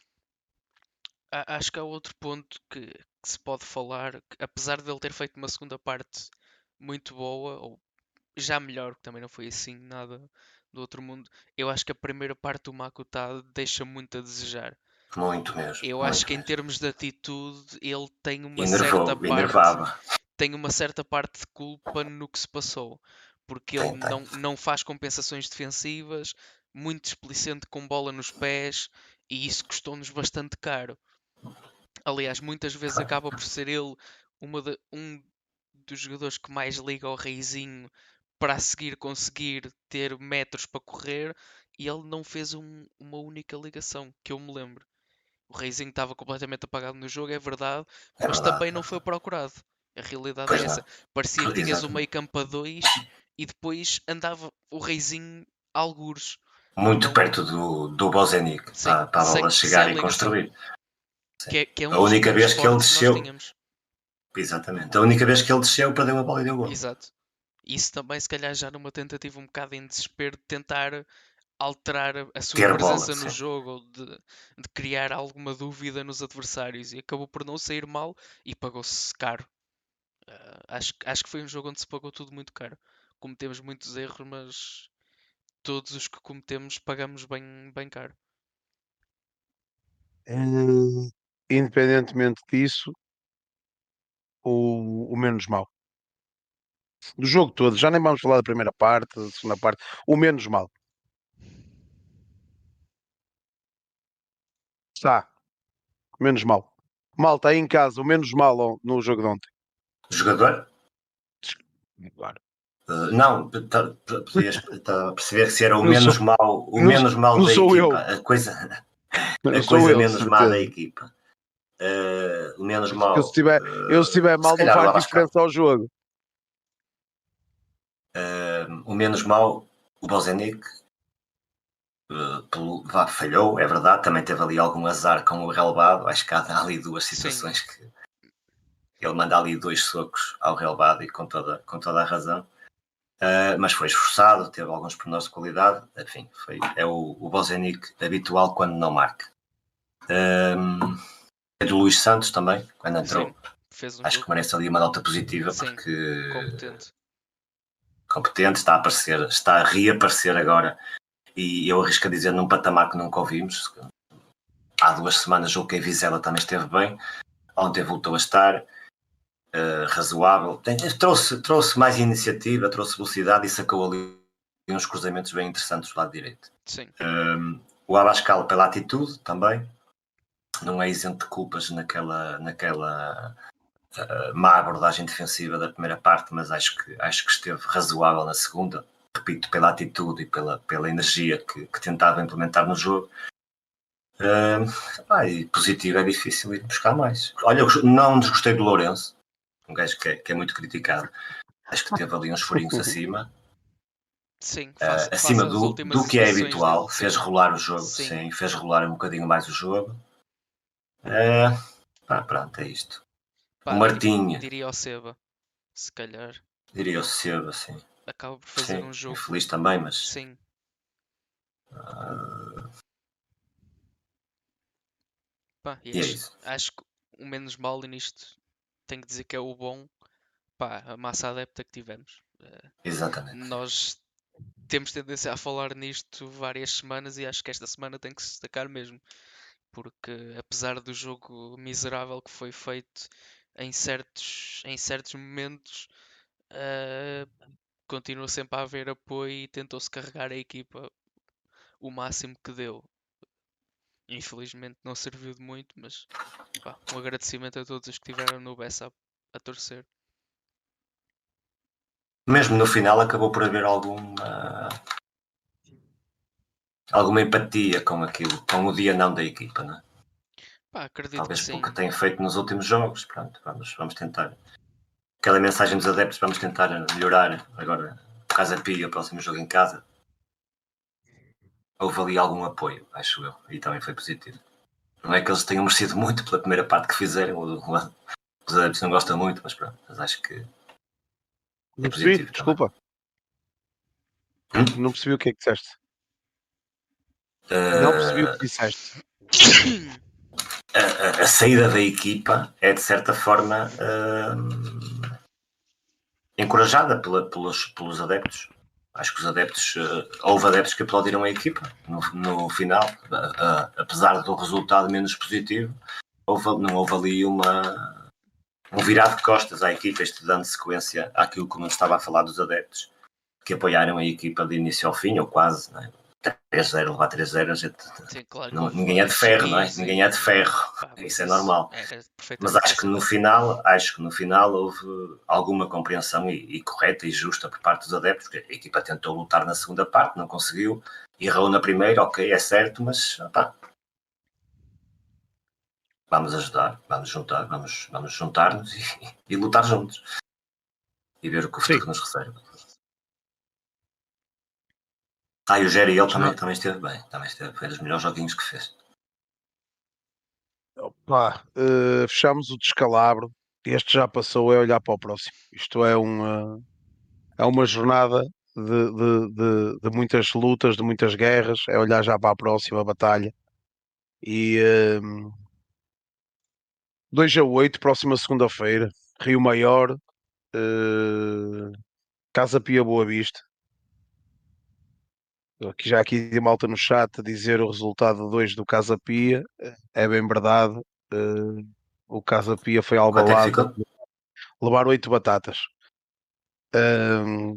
a- acho que há outro ponto que, que se pode falar, que apesar de ele ter feito uma segunda parte muito boa, ou já melhor, que também não foi assim nada do outro mundo, eu acho que a primeira parte do Makuta deixa muito a desejar. Muito mesmo. Eu acho Muito que em mesmo. termos de atitude ele tem uma certa Enervou, parte, enervava. tem uma certa parte de culpa no que se passou, porque ele Tem, tem. não, não faz compensações defensivas, muito displicente com bola nos pés, e isso custou-nos bastante caro. Aliás, muitas vezes acaba por ser ele uma de- um dos jogadores que mais liga ao Reizinho para a seguir conseguir ter metros para correr, e ele não fez um- uma única ligação que eu me lembro. O Reizinho estava completamente apagado no jogo, é verdade, É mas verdade. também não foi procurado. A realidade é Pois essa. não. Parecia que tinhas o Exato. meio campo a dois e depois andava o Reizinho algures. Muito Não, perto do, do Bozenic sim, para, para a sem, bola sem chegar e ligação. construir. Sim. Que é, que é um A dos única pontos vez que ele fortes que nós desceu. tínhamos. Exatamente. A única vez que ele desceu, perdeu a bola e deu gol. Exato. Isso também, se calhar, já numa tentativa um bocado em desespero de tentar alterar a- a sua Ter bola, presença no sim. jogo ou de, de criar alguma dúvida nos adversários e acabou por não sair mal e pagou-se caro. Ah, acho, que- acho que foi um jogo onde se pagou tudo muito caro. Cometemos muitos erros, mas todos os que cometemos pagamos bem, bem caro. Eh, independentemente disso, o, o menos mau. Do jogo todo, já nem vamos falar da primeira parte, da segunda parte, o menos mau. Está, menos mau. Malta, aí em casa, o menos mau on- no jogo de ontem. Jogador? Claro. Uh, não, tá- tá- podias tá a perceber que se era o Não sou, menos mau, o não, menos mau não da sou equipa, eu. a coisa, Não a sou coisa eu, de menos má da certeza. equipa. Uh, o menos Eu se mau, tiver, eu se uh, tiver se mal, não calhar o faz Abascal. diferença ao jogo. Uh, o menos mau, o Bozenic, uh, pelo, vá, falhou, é verdade, também teve ali algum azar com o relevado. Acho que há ali duas Sim, situações que ele manda ali dois socos ao relevado e com toda, com toda a razão. Uh, mas foi esforçado, teve alguns pormenores de qualidade, enfim, foi, é o, o Bozenic habitual quando não marca. Um, é do Luís Santos também, quando entrou. sim. Fez um Acho jogo, que merece ali uma nota positiva, sim, porque competente. competente, está a aparecer, está a reaparecer agora, e eu arrisco a dizer num patamar que nunca ouvimos. Há duas semanas o que em Vizela também esteve bem, ontem voltou a estar uh, razoável, Tem, trouxe, trouxe mais iniciativa, trouxe velocidade e sacou ali uns cruzamentos bem interessantes do lado direito. Sim. Um, o Abascal pela atitude também, não é isento de culpas naquela, naquela uh, má abordagem defensiva da primeira parte, mas acho que, acho que esteve razoável na segunda, repito, pela atitude e pela, pela energia que, que tentava implementar no jogo. Uh, ah, e positivo é difícil ir buscar mais. Olha, eu não desgostei do Lourenço, um gajo que é, que é muito criticado. Acho que teve ali uns furinhos acima. Sim, face, Uh, acima face às do, últimas do que é exibições habitual, dele, fez sim. rolar o jogo, Sim. sim, fez rolar um bocadinho mais o jogo. Uh, pá, pronto, é isto. Pá, O di- Martinho, diria ao Seba, se calhar, diria o Seba, assim. acaba por fazer Sim, um jogo. infeliz também, mas. Sim. Uh, Pá, e e é acho, isso. acho que o menos mal nisto tenho que dizer que é o bom, pá, a massa adepta que tivemos. Eh, Exatamente. nós temos tendência a falar nisto várias semanas e acho que esta semana tem que se destacar mesmo. Porque apesar do jogo miserável que foi feito em certos, em certos momentos, eh, continua sempre a haver apoio e tentou-se carregar a equipa o máximo que deu. Infelizmente não serviu de muito, mas pá, um agradecimento a todos os que estiveram no Bessa a, a torcer. Mesmo no final acabou por haver alguma alguma empatia com aquilo, com o dia não da equipa, não é? Pá, acredito Talvez que sim. pelo que tem feito nos últimos jogos. Pronto, vamos, vamos tentar. Aquela mensagem dos adeptos, vamos tentar melhorar agora. Casa Pia, o próximo jogo em casa. Houve ali algum apoio, acho eu, e também foi positivo. Não é que eles tenham merecido muito pela primeira parte que fizeram, os adeptos não gostam muito, mas pronto, mas acho que Não é percebi, positivo desculpa. também. Hum? Não percebi o que é que disseste. Uh, Não percebi o que disseste. a, a, a saída da equipa é de certa forma uh, encorajada pela, pelos, pelos adeptos. Acho que os adeptos, uh, houve adeptos que aplaudiram a equipa no, no final, uh, uh, apesar do resultado menos positivo, houve, não houve ali uma, um virado de costas à equipa, este dando sequência àquilo que eu estava a falar dos adeptos, que apoiaram a equipa de início ao fim, ou quase, não é? três a zero, levar três a zero, a gente, Sim, claro não, ninguém é de ferro, não é? Ninguém é de ferro, pá, isso é normal. Mas acho que no final, acho que no final houve alguma compreensão e, e correta e justa por parte dos adeptos, porque a equipa tentou lutar na segunda parte, não conseguiu, errou na primeira, ok, é certo, mas pá, vamos ajudar, vamos juntar, vamos, vamos juntar-nos e, e lutar juntos e ver o que o futuro Sim. nos reserva. Ah, e o Jerry, ele também, também esteve bem, também esteve, foi dos melhores joguinhos que fez. Opa, uh, fechamos o descalabro. Este já passou, é olhar para o próximo. Isto é uma, é uma jornada de, de, de, de muitas lutas, de muitas guerras. É olhar já para a próxima batalha. E um, dois a oito, próxima segunda-feira, Rio Maior, uh, Casa Pia Boa Vista. Aqui, já aqui de malta no chat a dizer o resultado dois do Casa Pia. É bem verdade. Uh, o Casa Pia foi albalado. Levar oito batatas. Um,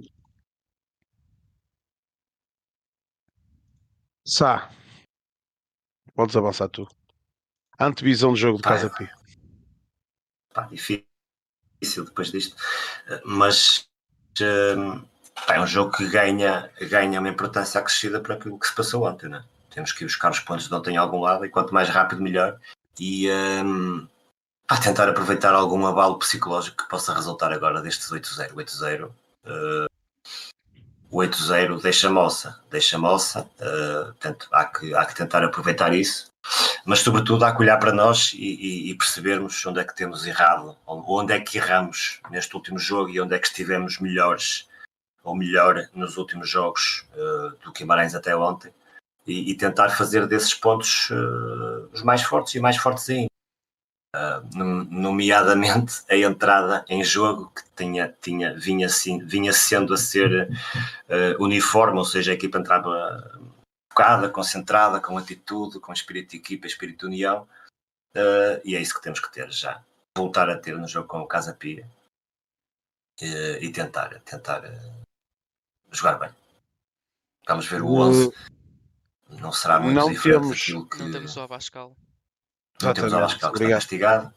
Sá, podes avançar tu. Antevisão do jogo de Casa Pia. Pá, difícil depois disto, mas um, pá, é um jogo que ganha, ganha uma importância acrescida para aquilo que se passou ontem, né? Temos que ir buscar os pontos de ontem em algum lado e quanto mais rápido melhor e um, pá, tentar aproveitar algum abalo psicológico que possa resultar agora destes oito a zero. oito a zero uh, o oito a zero deixa moça, deixa moça, uh, portanto, há, que, há que tentar aproveitar isso, mas sobretudo há que olhar para nós e, e, e percebermos onde é que temos errado, onde é que erramos neste último jogo e onde é que estivemos melhores ou melhor nos últimos jogos uh, do Guimarães até ontem e, e tentar fazer desses pontos uh, os mais fortes e mais fortes ainda. Uh, nomeadamente a entrada em jogo que tinha, tinha, vinha, vinha sendo a ser uh, uniforme, ou seja, a equipa entrava focada, concentrada, com atitude, com espírito de equipa, espírito de união, uh, e é isso que temos que ter já, voltar a ter no jogo com o Casa Pia uh, e tentar, tentar uh, jogar bem. Vamos ver o onze, não será muito não diferente temos, daquilo que... Não temos o Abascal. Não temos o Abascal que está castigado.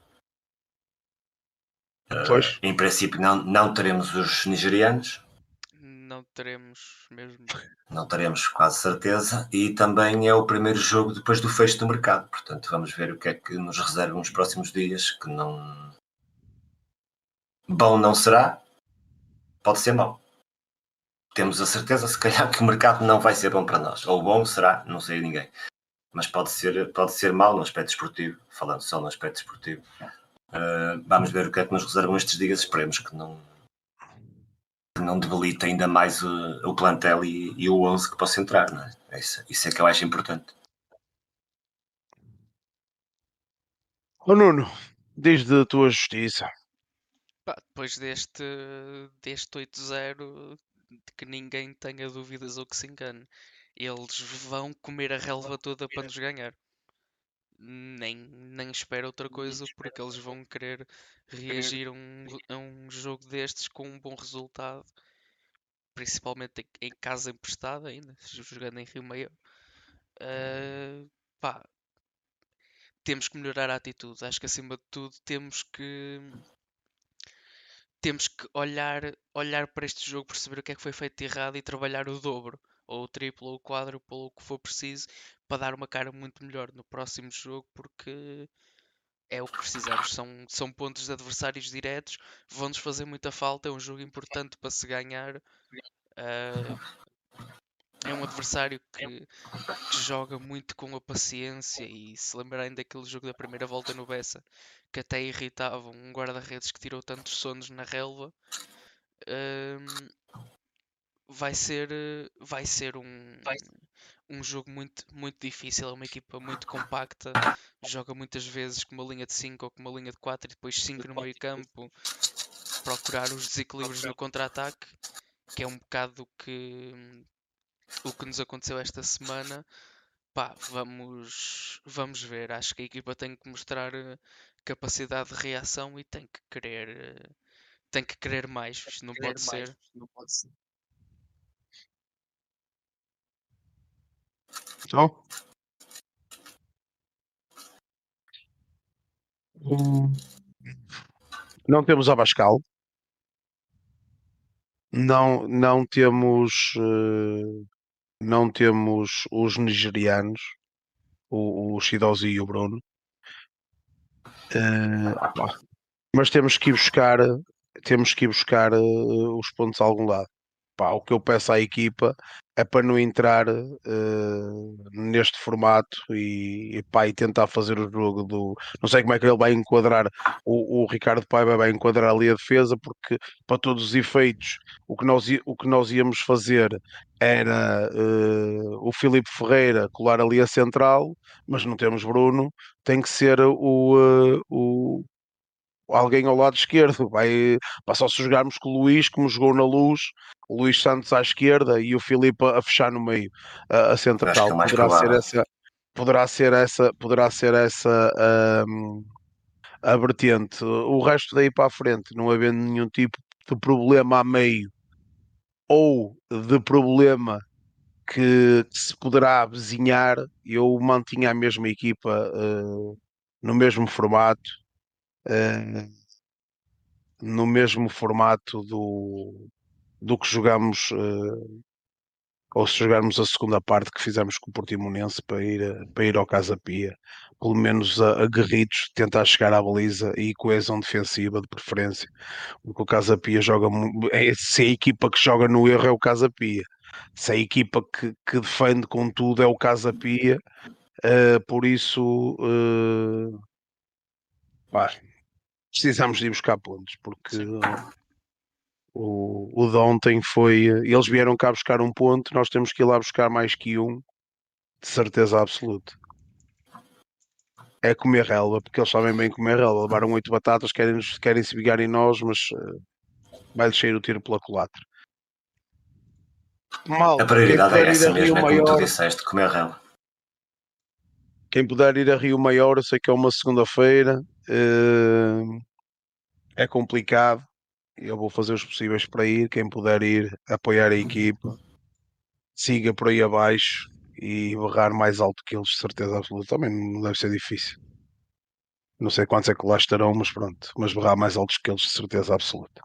Uh, em princípio não, não teremos os nigerianos. Não teremos mesmo. Não teremos quase certeza. E também é o primeiro jogo depois do fecho do mercado. Portanto, vamos ver o que é que nos reserva nos próximos dias. Que não... Bom não será. Pode ser mau. Temos a certeza, se calhar, que o mercado não vai ser bom para nós. Ou bom será, não sei ninguém. Mas pode ser, pode ser mau no aspecto esportivo. Falando só no aspecto esportivo. Uh, vamos ver o que é que nos reservam estes dias. Esperemos que não, que não debilite ainda mais o, o plantel e, e o onze que possa entrar. Não é? É isso, isso é que eu acho importante. Ô oh, Nuno, diz da tua justiça. Pá, depois deste, deste oito a zero, de que ninguém tenha dúvidas ou que se engane, eles vão comer a relva toda para nos ganhar. Nem, nem espero outra coisa, porque eles vão querer reagir a um, a um jogo destes com um bom resultado. principalmente em, em casa emprestada ainda, jogando em Rio Maior. Uh, pá, temos que melhorar a atitude. Acho que acima de tudo temos que temos que olhar, olhar para este jogo, perceber o que é que foi feito de errado e trabalhar o dobro, ou o triplo, ou o quádruplo, ou o que for preciso, para dar uma cara muito melhor no próximo jogo, porque é o que precisamos. São, são pontos de adversários diretos, vão-nos fazer muita falta. É um jogo importante para se ganhar. Uh, é um adversário que, que joga muito com a paciência. E se lembrarem daquele jogo da primeira volta no Bessa, que até irritava um guarda-redes que tirou tantos sonos na relva, um, vai ser, vai ser um, um jogo muito, muito difícil. É uma equipa muito compacta, joga muitas vezes com uma linha de cinco ou com uma linha de quatro e depois cinco no meio campo, procurar os desequilíbrios no contra-ataque, que é um bocado o que, o que nos aconteceu esta semana. Pá, vamos, vamos ver. Acho que a equipa tem que mostrar capacidade de reação e tem que querer, tem que querer mais. Isto não pode ser. Então, hum, não temos Abascal, não, não temos, eh, não temos os nigerianos, o, o Shidozi e o Bruno. Eh, opá, mas temos que ir buscar, temos que ir buscar eh, os pontos a algum lado. Pá, o que eu peço à equipa é para não entrar eh, neste formato e, e, pá, e tentar fazer o jogo do. Não sei como é que ele vai enquadrar, o, o Ricardo Paiva vai enquadrar ali a defesa, porque para todos os efeitos o que nós, i- o que nós íamos fazer era eh, o Filipe Ferreira colar ali a central, mas não temos Bruno, tem que ser o, eh, o alguém ao lado esquerdo. Vai, vai só se jogarmos com o Luís, como jogou na Luz, o Luís Santos à esquerda e o Filipe a, a fechar no meio, a, a Acho que é central. o mais Poderá ser provável. essa, poderá ser essa, poderá ser essa hum, a vertente. O resto daí para a frente, não havendo nenhum tipo de problema a meio ou de problema que, que se poderá avizinhar, eu mantinha a mesma equipa uh, no mesmo formato. Uh, no mesmo formato do, do que jogamos, uh, ou se jogarmos a segunda parte que fizemos com o Portimonense para ir, uh, para ir ao Casa Pia, pelo menos a, aguerridos, tentar chegar à baliza e coesão defensiva de preferência, porque o Casa Pia joga, é, se a equipa que joga no erro é o Casa Pia, se a equipa que, que defende com tudo é o Casa Pia, uh, por isso uh, pá, precisamos de ir buscar pontos, porque Sim. O, o de ontem foi. Eles vieram cá buscar um ponto, nós temos que ir lá buscar mais que um, de certeza absoluta. É comer relva, porque eles sabem bem comer relva. Levaram oito batatas, querem, querem se vigar em nós, mas uh, vai-lhes sair o tiro pela culatra. A Malta, quem prioridade é puder ir essa a Rio mesmo, é como tu Maior, disseste, comer relva. quem puder ir a Rio Maior, eu sei que é uma segunda-feira, uh, é complicado. Eu vou fazer os possíveis para ir. Quem puder ir, apoiar a equipa, siga por aí abaixo e berrar mais alto que eles, de certeza absoluta. Também não deve ser difícil. Não sei quantos é que lá estarão, mas pronto. Mas berrar mais altos que eles, de certeza absoluta.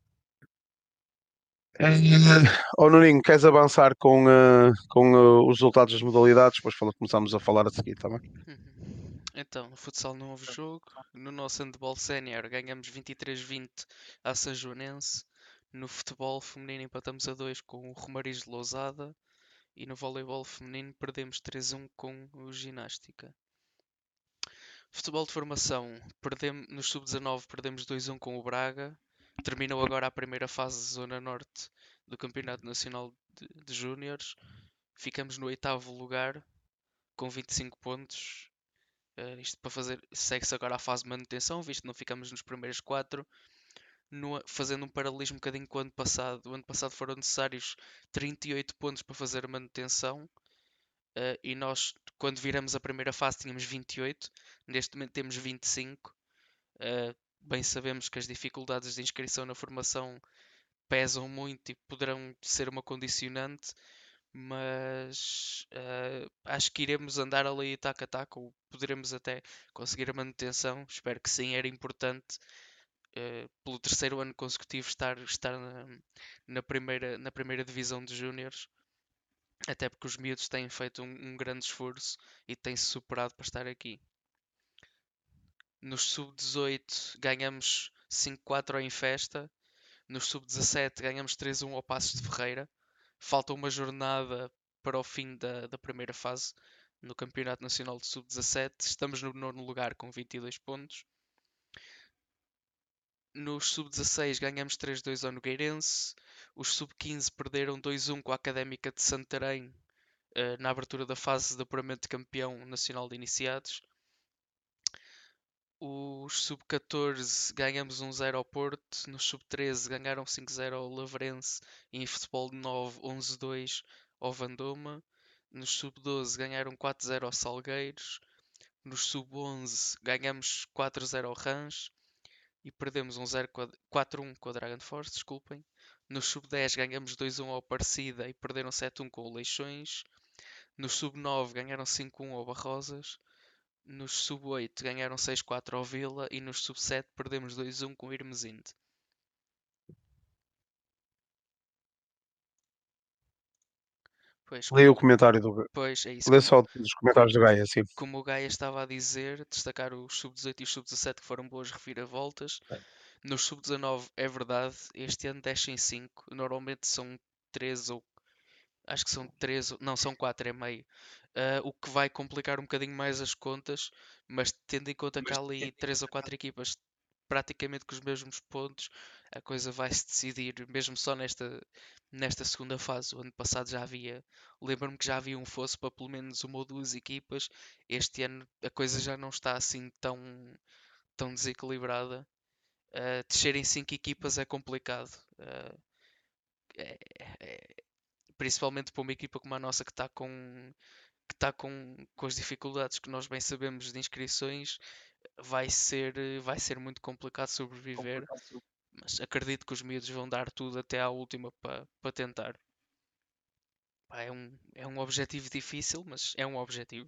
Ó oh, Nuninho, queres avançar com, uh, com uh, os resultados das modalidades? Depois fala, começamos a falar a seguir também. Uhum. Então, no futsal não houve jogo. No nosso handball sénior ganhamos vinte e três a vinte à Sajoanense. No futebol feminino empatamos a dois com o Romariz de Lousada. E no voleibol feminino perdemos três a um com o Ginástica. Futebol de formação, perdemos, no sub dezanove perdemos dois a um com o Braga. Terminou agora a primeira fase Zona Norte do Campeonato Nacional de, de Júniores. Ficamos no oitavo lugar com vinte e cinco pontos. Uh, isto para fazer, segue-se agora a fase de manutenção, visto que não ficamos nos primeiros quatro. No, fazendo um paralelismo um bocadinho com o ano passado. O ano passado foram necessários trinta e oito pontos para fazer a manutenção. Uh, e nós, quando viramos a primeira fase, tínhamos vinte e oito. Neste momento temos vinte e cinco. Uh, bem sabemos que as dificuldades de inscrição na formação pesam muito e poderão ser uma condicionante, mas uh, acho que iremos andar ali taco a taco, ou poderemos até conseguir a manutenção. Espero que sim, era importante uh, pelo terceiro ano consecutivo estar, estar na, na primeira, na primeira divisão de júniores, até porque os miúdos têm feito um, um grande esforço e têm-se superado para estar aqui. Nos sub dezoito ganhamos cinco quatro ao Infesta. Nos sub dezassete ganhamos três a um ao Passos de Ferreira. Falta uma jornada para o fim da, da primeira fase no Campeonato Nacional de sub dezassete. Estamos no nono lugar com vinte e dois pontos. Nos sub dezasseis ganhamos três dois ao Nogueirense. Os sub quinze perderam dois um com a Académica de Santarém eh, na abertura da fase de apuramento de campeão nacional de iniciados. Os sub catorze ganhamos um zero ao Porto. Nos sub treze ganharam cinco zero ao Lavrense. E em futebol de nove, onze dois ao Vandoma. Nos sub doze ganharam quatro zero ao Salgueiros. Nos sub onze ganhamos quatro zero ao Rãs. E perdemos um quatro um com a Dragon Force, desculpem. Nos sub dez ganhamos dois um ao Aparecida e perderam sete um com o Leixões. Nos sub nove ganharam cinco um ao Barrosas. Nos sub oito ganharam seis quatro ao Vila e nos sub sete perdemos dois um com o Irmesinde. Pois, Leia como, o comentário do. pois é isso. Lê Como, só os comentários do Gaia, sim. como o Gaia estava a dizer, destacar os sub dezoito e os sub dezassete que foram boas reviravoltas. Bem. Nos sub dezanove é verdade, este ano descem cinco, normalmente são três ou acho que são três, não, são quatro e meio. Uh, o que vai complicar um bocadinho mais as contas, mas tendo em conta que há ali três ou quatro equipas praticamente com os mesmos pontos, a coisa vai se decidir mesmo só nesta, nesta segunda fase. O ano passado já havia, lembro-me que já havia um fosso para pelo menos uma ou duas equipas. Este ano a coisa já não está assim tão, tão desequilibrada. Uh, descerem cinco equipas é complicado. Uh, é, é, principalmente para uma equipa como a nossa que está com que está com, com as dificuldades que nós bem sabemos de inscrições, vai ser, vai ser muito complicado sobreviver, mas acredito que os miúdos vão dar tudo até à última para pa tentar. Pá, é, um, é um objetivo difícil, mas é um objetivo.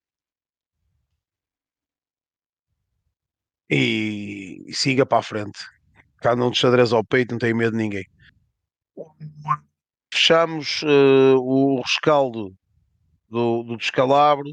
E, e siga para a frente. Cá andam de xadrez ao peito, não tem medo de ninguém. Fechamos uh, o rescaldo do, do descalabro,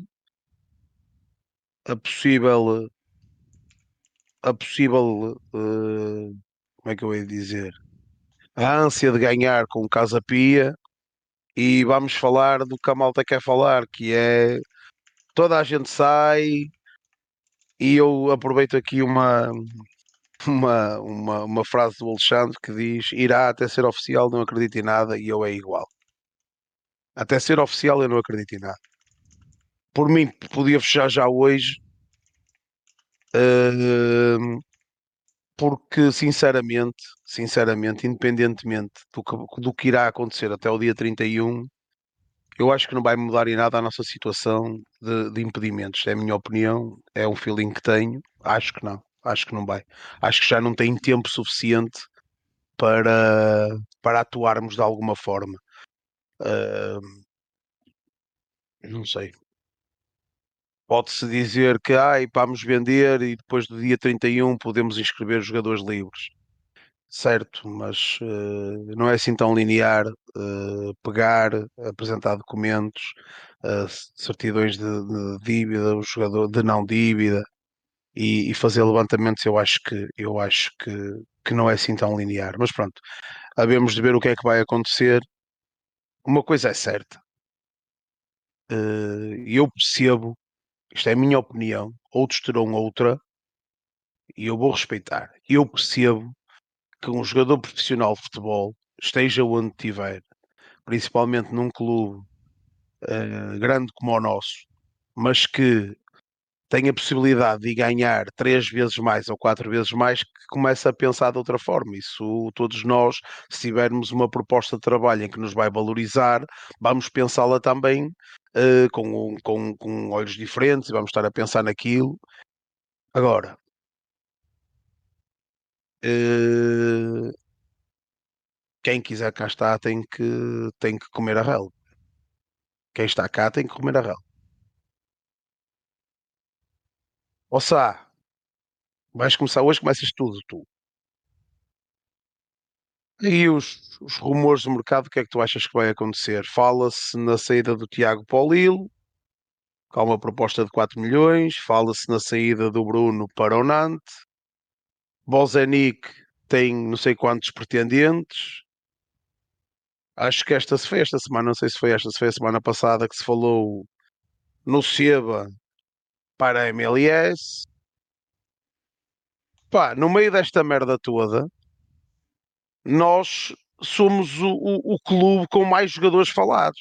a possível, a possível, uh, como é que eu ia dizer, a ânsia de ganhar com o Casa Pia, e vamos falar do que a malta quer falar, que é toda a gente sai, e eu aproveito aqui uma, uma, uma, uma frase do Alexandre que diz: irá até ser oficial, não acredito em nada, e eu é igual. Até ser oficial eu não acredito em nada. Por mim, podia fechar já hoje, uh, porque sinceramente, sinceramente, independentemente do que, do que irá acontecer até o dia trinta e um, eu acho que não vai mudar em nada a nossa situação de, de impedimentos. É a minha opinião, é um feeling que tenho. Acho que não, acho que não vai. Acho que já não tem tempo suficiente para, para atuarmos de alguma forma. Uh, não sei. Pode-se dizer que ai, vamos vender e depois do dia trinta e um podemos inscrever jogadores livres. Certo, mas uh, não é assim tão linear uh, pegar, apresentar documentos, uh, certidões de, de dívida, o jogador de não dívida e, e fazer levantamentos. Eu acho que eu acho que, que não é assim tão linear. Mas pronto, havemos de ver o que é que vai acontecer. Uma coisa é certa, uh, eu percebo, isto é a minha opinião, outros terão outra e eu vou respeitar. Eu percebo que um jogador profissional de futebol, esteja onde estiver, principalmente num clube uh, grande como o nosso, mas que tem a possibilidade de ganhar três vezes mais ou quatro vezes mais, que começa a pensar de outra forma. Isso todos nós, se tivermos uma proposta de trabalho em que nos vai valorizar, vamos pensá-la também uh, com, com, com olhos diferentes e vamos estar a pensar naquilo. Agora, uh, quem quiser cá está tem que, tem que comer a relva. Quem está cá tem que comer a relva. Ouça, vais começar hoje, começas tudo, tu. E os, os rumores do mercado, o que é que tu achas que vai acontecer? Fala-se na saída do Tiago para o Lille, com uma proposta de quatro milhões. Fala-se na saída do Bruno para o Nantes. Bozenic tem não sei quantos pretendentes. Acho que esta se foi esta semana, não sei se foi esta, se foi a semana passada que se falou no Seba para a M L S. Pá, no meio desta merda toda, nós somos o, o, o clube com mais jogadores falados.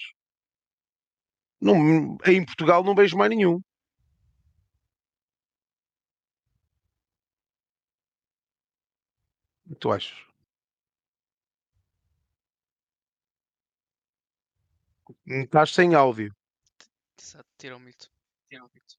Não, em Portugal não vejo mais nenhum. O que tu achas? Estás sem áudio. Exato, tira o mito. Tira o mito.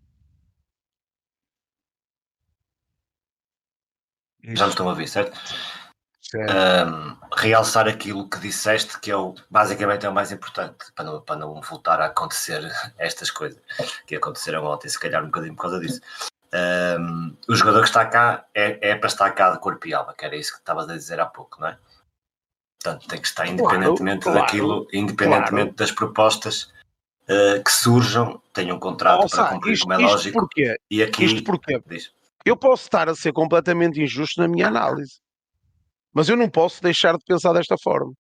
Já me estão a ouvir, certo? Certo. Um, realçar aquilo que disseste, que é o, basicamente é o mais importante, para não, para não voltar a acontecer estas coisas que aconteceram ontem, se calhar um bocadinho por causa disso. Um, o jogador que está cá é, é para estar cá de corpo e alma, que era isso que estavas a dizer há pouco, não é? Portanto, tem que estar independentemente claro, daquilo, claro, independentemente claro. das propostas uh, que surjam, tenham um contrato Oh, para sabe, cumprir, isto, como é isto lógico. porquê? E aqui Isto porquê? diz. Eu posso estar a ser completamente injusto na minha análise, mas eu não posso deixar de pensar desta forma.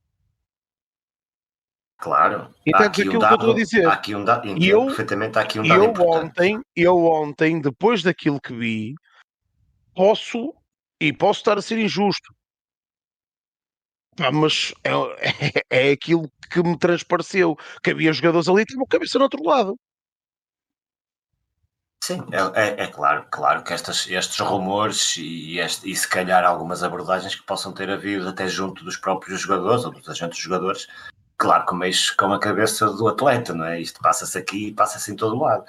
Claro, há Entendes aqui um aquilo que eu estou a dado, dizer? há aqui um dado, E entendo eu, perfeitamente, há aqui um e dado eu importante. ontem, eu ontem, depois daquilo que vi, posso, e posso estar a ser injusto, pá, mas é, é, é aquilo que me transpareceu, que havia jogadores ali que tinham a cabeça no outro lado. Sim, é, é, é claro, claro que estas, estes rumores e, este, e se calhar algumas abordagens que possam ter havido até junto dos próprios jogadores ou dos agentes dos jogadores, claro que mexem com a cabeça do atleta, não é? Isto passa-se aqui e passa-se em todo lado.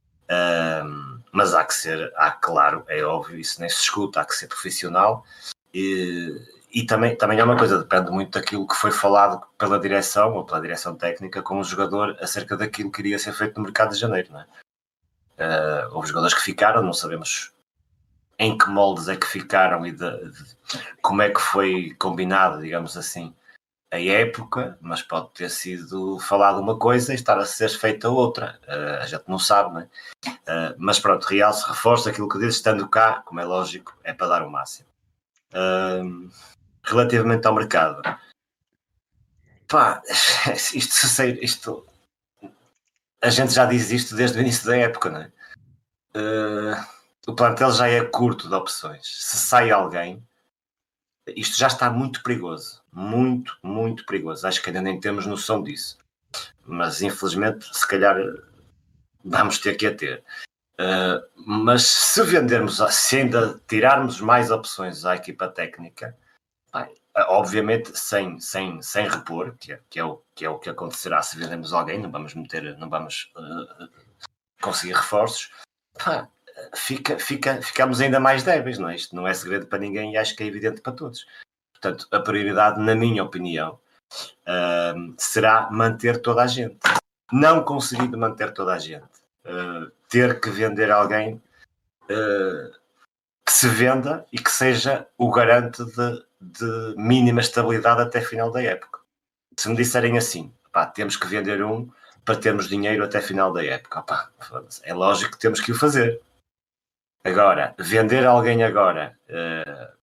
Um, mas há que ser, há claro, é óbvio, isso nem se escuta, há que ser profissional e, e também, também é uma coisa, depende muito daquilo que foi falado pela direção ou pela direção técnica com o jogador acerca daquilo que iria ser feito no mercado de janeiro, não é? Uh, houve jogadores que ficaram, não sabemos em que moldes é que ficaram e de, de, como é que foi combinado, digamos assim, a época, mas pode ter sido falado uma coisa e estar a ser feita outra. Uh, a gente não sabe, não é? Uh, mas pronto, realce, reforça aquilo que diz, estando cá, como é lógico, é para dar o máximo. Uh, relativamente ao mercado, pá, isto, isto, a gente já diz isto desde o início da época, não é? Uh, o plantel já é curto de opções. Se sai alguém, isto já está muito perigoso. Muito, muito perigoso. Acho que ainda nem temos noção disso. Mas infelizmente, se calhar, vamos ter que a ter. Uh, mas se vendermos, se ainda tirarmos mais opções à equipa técnica, bem, obviamente sem, sem, sem repor, que é, que, é o, que é o que acontecerá se vendermos alguém, não vamos meter, não vamos uh, conseguir reforços. Pá, fica, fica, ficamos ainda mais débeis, não é? Isto não é segredo para ninguém e acho que é evidente para todos. Portanto, a prioridade, na minha opinião, uh, será manter toda a gente. Não conseguindo manter toda a gente, uh, ter que vender alguém uh, que se venda e que seja o garante de, de mínima estabilidade até final da época. Se me disserem assim, pá, temos que vender um para termos dinheiro até final da época, pá, é lógico que temos que o fazer. Agora, vender alguém agora uh,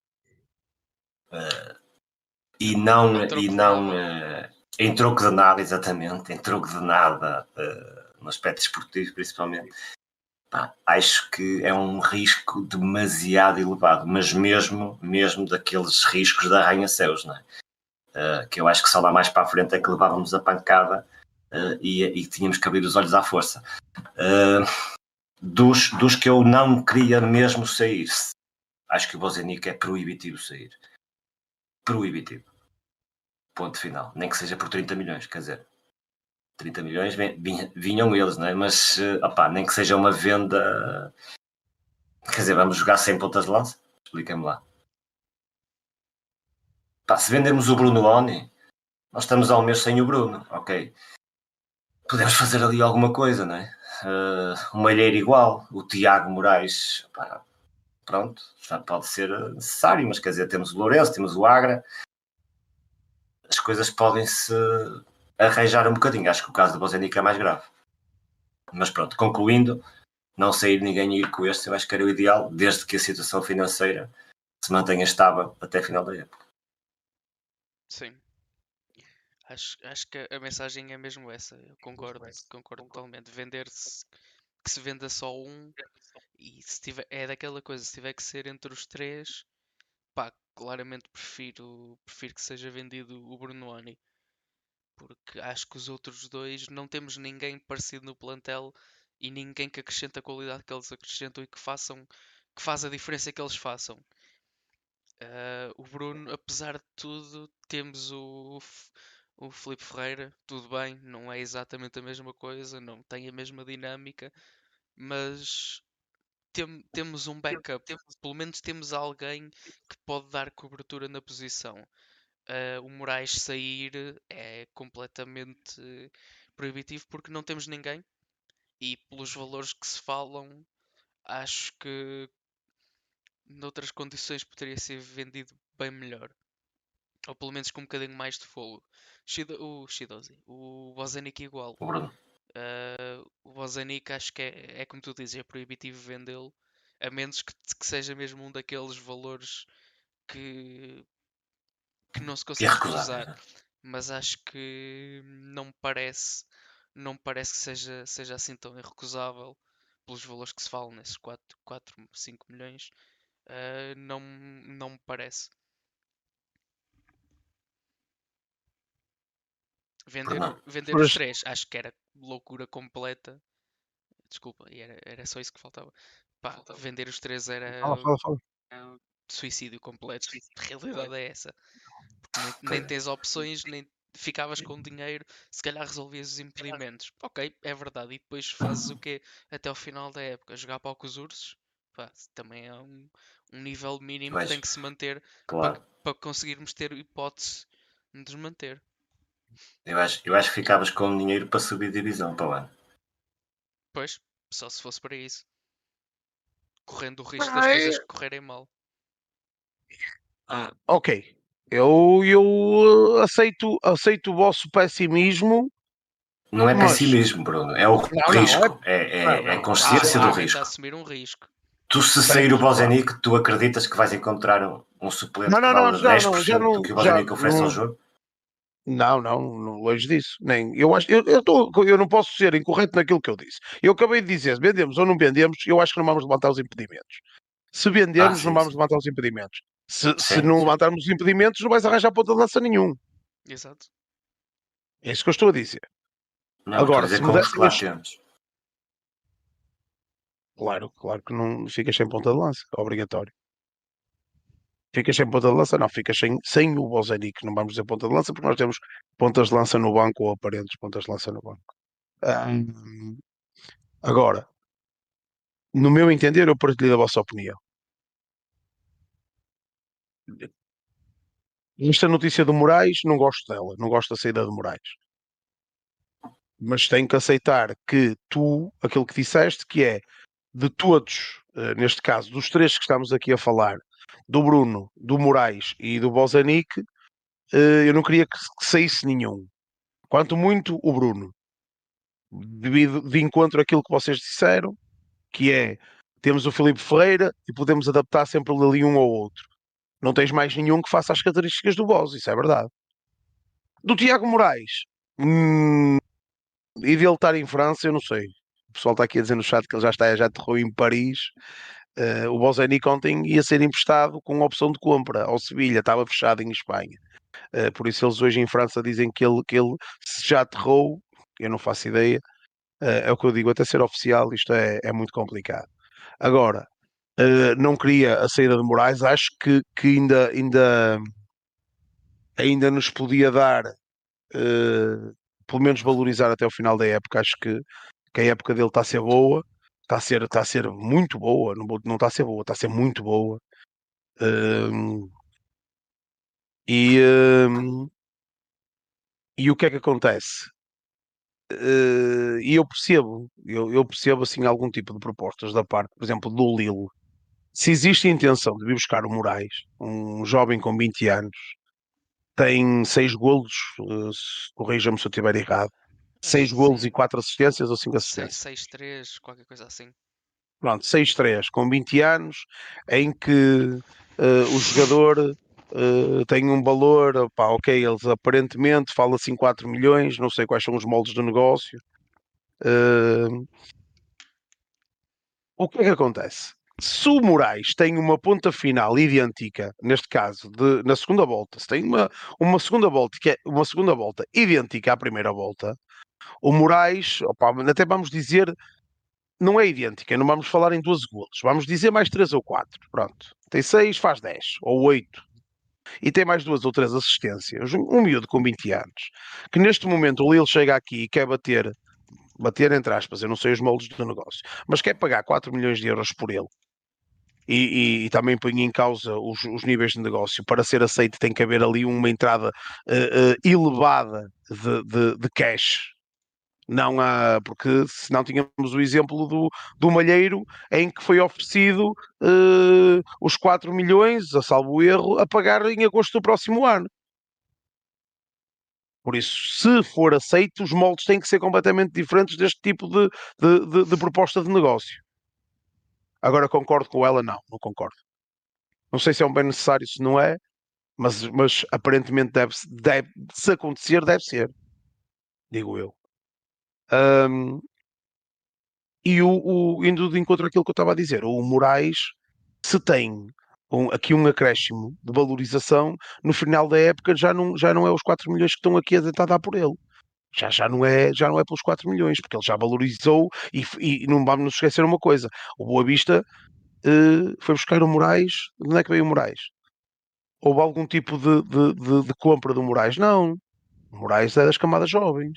uh, e não, e não uh, em troco de nada, exatamente, em troco de nada, uh, no aspecto esportivo principalmente, pá, acho que é um risco demasiado elevado, mas mesmo, mesmo daqueles riscos de arranha-céus, não é? Uh, que eu acho que só lá mais para a frente é que levávamos a pancada uh, e, e tínhamos que abrir os olhos à força. Uh, Dos, dos que eu não queria mesmo sair, acho que o Bozenic é proibitivo sair. Proibitivo. Ponto final. Nem que seja por trinta milhões, quer dizer, trinta milhões vinham, vinham eles, não é? Mas, opá, nem que seja uma venda... Quer dizer, vamos jogar sem pontas de lança? Explica-me lá. Pá, se vendermos o Bruno Oni, nós estamos há um mês sem o Bruno, ok. Podemos fazer ali alguma coisa, não é? Uh, o Malheiro igual, o Tiago Moraes, pá, pronto, já pode ser necessário, mas quer dizer, temos o Lourenço, temos o Agra, as coisas podem-se arranjar um bocadinho. Acho que o caso do Bozenic é mais grave. Mas pronto, concluindo, não sair ninguém ir com este, eu acho que era o ideal, desde que a situação financeira se mantenha estável até a final da época. Sim. Acho, acho que a mensagem é mesmo essa. Eu concordo, concordo totalmente. Vender-se, que se venda só um, e se tiver, é daquela coisa, se tiver que ser entre os três, pá, claramente prefiro, prefiro que seja vendido o Bruno Oni. Porque acho que os outros dois não temos ninguém parecido no plantel e ninguém que acrescente a qualidade que eles acrescentam e que façam, que faz a diferença que eles façam. Uh, o Bruno, apesar de tudo, temos o, F- o Filipe Ferreira, tudo bem, não é exatamente a mesma coisa, não tem a mesma dinâmica, mas tem- temos um backup, pelo menos temos alguém que pode dar cobertura na posição. Uh, o Moraes sair é completamente proibitivo porque não temos ninguém e pelos valores que se falam, acho que noutras condições poderia ser vendido bem melhor. Ou pelo menos com um bocadinho mais de fogo. Shido, o Shidozi, o Bozanic igual. O Bruno. Uh, o Bozanic acho que é, é como tu dizes, é proibitivo vendê-lo. A menos que, que seja mesmo um daqueles valores que, que não se consegue Irrecusáveis, recusar. né? Mas acho que não me parece, não me parece que seja, seja assim tão irrecusável pelos valores que se falam nesses quatro, quatro cinco milhões. Uh, não, não me parece. Vender, Bruno. vender os Mas, três, acho que era loucura completa. Desculpa, e era, era só isso que faltava. Pá, vender os três era fala, fala, fala. suicídio completo. A realidade é essa. Porque nem, nem Pois é. tens opções, nem ficavas com dinheiro, se calhar resolvias os impedimentos. Ok, é verdade. E depois fazes o quê até ao final da época? Jogar para os ursos? Pá, também é um, um nível mínimo que Pois, tem que se manter para claro. pa conseguirmos ter hipótese de nos manter. Eu acho, eu acho que ficavas com dinheiro para subir divisão para o ano. Pois, só se fosse para isso. Correndo o risco das Ai, coisas correrem mal. ah, ok. Eu, eu uh, aceito, aceito o vosso pessimismo, Não é mas pessimismo, Bruno. É o não, não, é. risco. É, Não, é, é não. Sim, Ah, consciência do ah, claramente a risco. assumir um risco. Tu, se sair o certo, claro. Bozenic, tu acreditas que vais encontrar um, um suplente Não, que não, não, vale não, não, já dez por cento do não, que o já Bozenic oferece ao não, jogo? não, não, não, longe disso. Nem, eu acho, eu, eu, tô, eu não posso ser incorreto naquilo que eu disse. Eu acabei de dizer, vendemos ou não vendemos, eu acho que não vamos levantar os impedimentos. Se Ah, vendermos, não sim, vamos sim. levantar os impedimentos. Se, se Sim, não sim. levantarmos os impedimentos, não vais arranjar ponta de lança nenhum. Exato. É isso que eu estou a dizer. Não, eu estou a Agora, dizer se com me os que dessem lá as... temos. Claro, claro que não ficas sem ponta de lança, obrigatório. Ficas sem ponta de lança? Não, ficas sem, sem o Bozenic. Não vamos dizer ponta de lança porque nós temos pontas de lança no banco ou aparentes pontas de lança no banco. Hum, agora, no meu entender, eu partilho da vossa opinião. Esta notícia do Moraes, não gosto dela, não gosto da saída do Moraes. Mas tenho que aceitar que tu, aquilo que disseste, que é de todos, eh, neste caso, dos três que estamos aqui a falar, do Bruno, do Moraes e do Bozanic, eh, eu não queria que, que saísse nenhum. Quanto muito o Bruno, devido de encontro àquilo que vocês disseram, que é temos o Filipe Ferreira e podemos adaptar sempre ali um ou outro. Não tens mais nenhum que faça as características do Boz, isso é verdade. Do Tiago Moraes, hum, e dele estar em França, eu não sei. O pessoal está aqui a dizer no chat que ele já está, já aterrou em Paris. Uh, o Bozenic ontem ia ser emprestado com opção de compra ao Sevilha, estava fechado em Espanha. Uh, por isso eles hoje em França dizem que ele, que ele se já aterrou, eu não faço ideia. Uh, é o que eu digo, até ser oficial isto é, é muito complicado. Agora, uh, não queria a saída de Moraes, acho que, que ainda, ainda, ainda nos podia dar, uh, pelo menos valorizar até o final da época. Acho que, que a época dele está a ser boa, está a ser, está a ser muito boa, não, não está a ser boa, está a ser muito boa. Uh, E, hum, e o que é que acontece? Uh, E eu percebo, eu, eu percebo assim algum tipo de propostas da parte, por exemplo, do Lille. Se existe a intenção de vir buscar o Moraes, um jovem com vinte anos, tem seis golos, uh, se- corrija-me se eu estiver errado, seis golos e Sim, quatro assistências ou cinco assistências. seis três, qualquer coisa assim. Pronto, seis três com vinte anos, em que uh, o jogador uh, tem um valor, opá, ok, eles aparentemente fala-se em quatro milhões, não sei quais são os moldes do negócio. Uh, o que é que acontece? Se o Moraes tem uma ponta final idêntica, neste caso, de, na segunda volta, se tem uma, uma segunda volta que é uma segunda volta idêntica à primeira volta, o Moraes, opá, até vamos dizer, não é idêntica, não vamos falar em doze golos, vamos dizer mais três ou quatro, pronto. Tem seis, faz dez, ou oito. E tem mais duas ou três assistências. Um, um miúdo com vinte anos, que neste momento o Lille chega aqui e quer bater, bater entre aspas, eu não sei os moldes do negócio, mas quer pagar quatro milhões de euros por ele. E, e, e também põe em causa os, os, níveis de negócio. Para ser aceito tem que haver ali uma entrada uh, uh, elevada de, de, de cash. Não há, porque senão tínhamos o exemplo do, do Malheiro, em que foi oferecido uh, os quatro milhões, a salvo erro, a pagar em agosto do próximo ano. Por isso, se for aceito, os moldes têm que ser completamente diferentes deste tipo de, de, de, de proposta de negócio. Agora concordo com ela? Não, não concordo. Não sei se é um bem necessário, se não é, mas, mas aparentemente deve, deve, se acontecer, deve ser, digo eu. Um, e o, o, indo de encontro àquilo que eu estava a dizer, o Moraes, se tem um, aqui um acréscimo de valorização, no final da época já não, já não é os quatro milhões que estão aqui a tentar dar por ele. Já, já, não é, já não é pelos quatro milhões, porque ele já valorizou e, e não vamos nos esquecer uma coisa, o Boa Vista uh, foi buscar o Moraes, de onde é que veio o Moraes? Houve algum tipo de, de, de, de compra do Moraes? Não. O Moraes é das camadas jovens.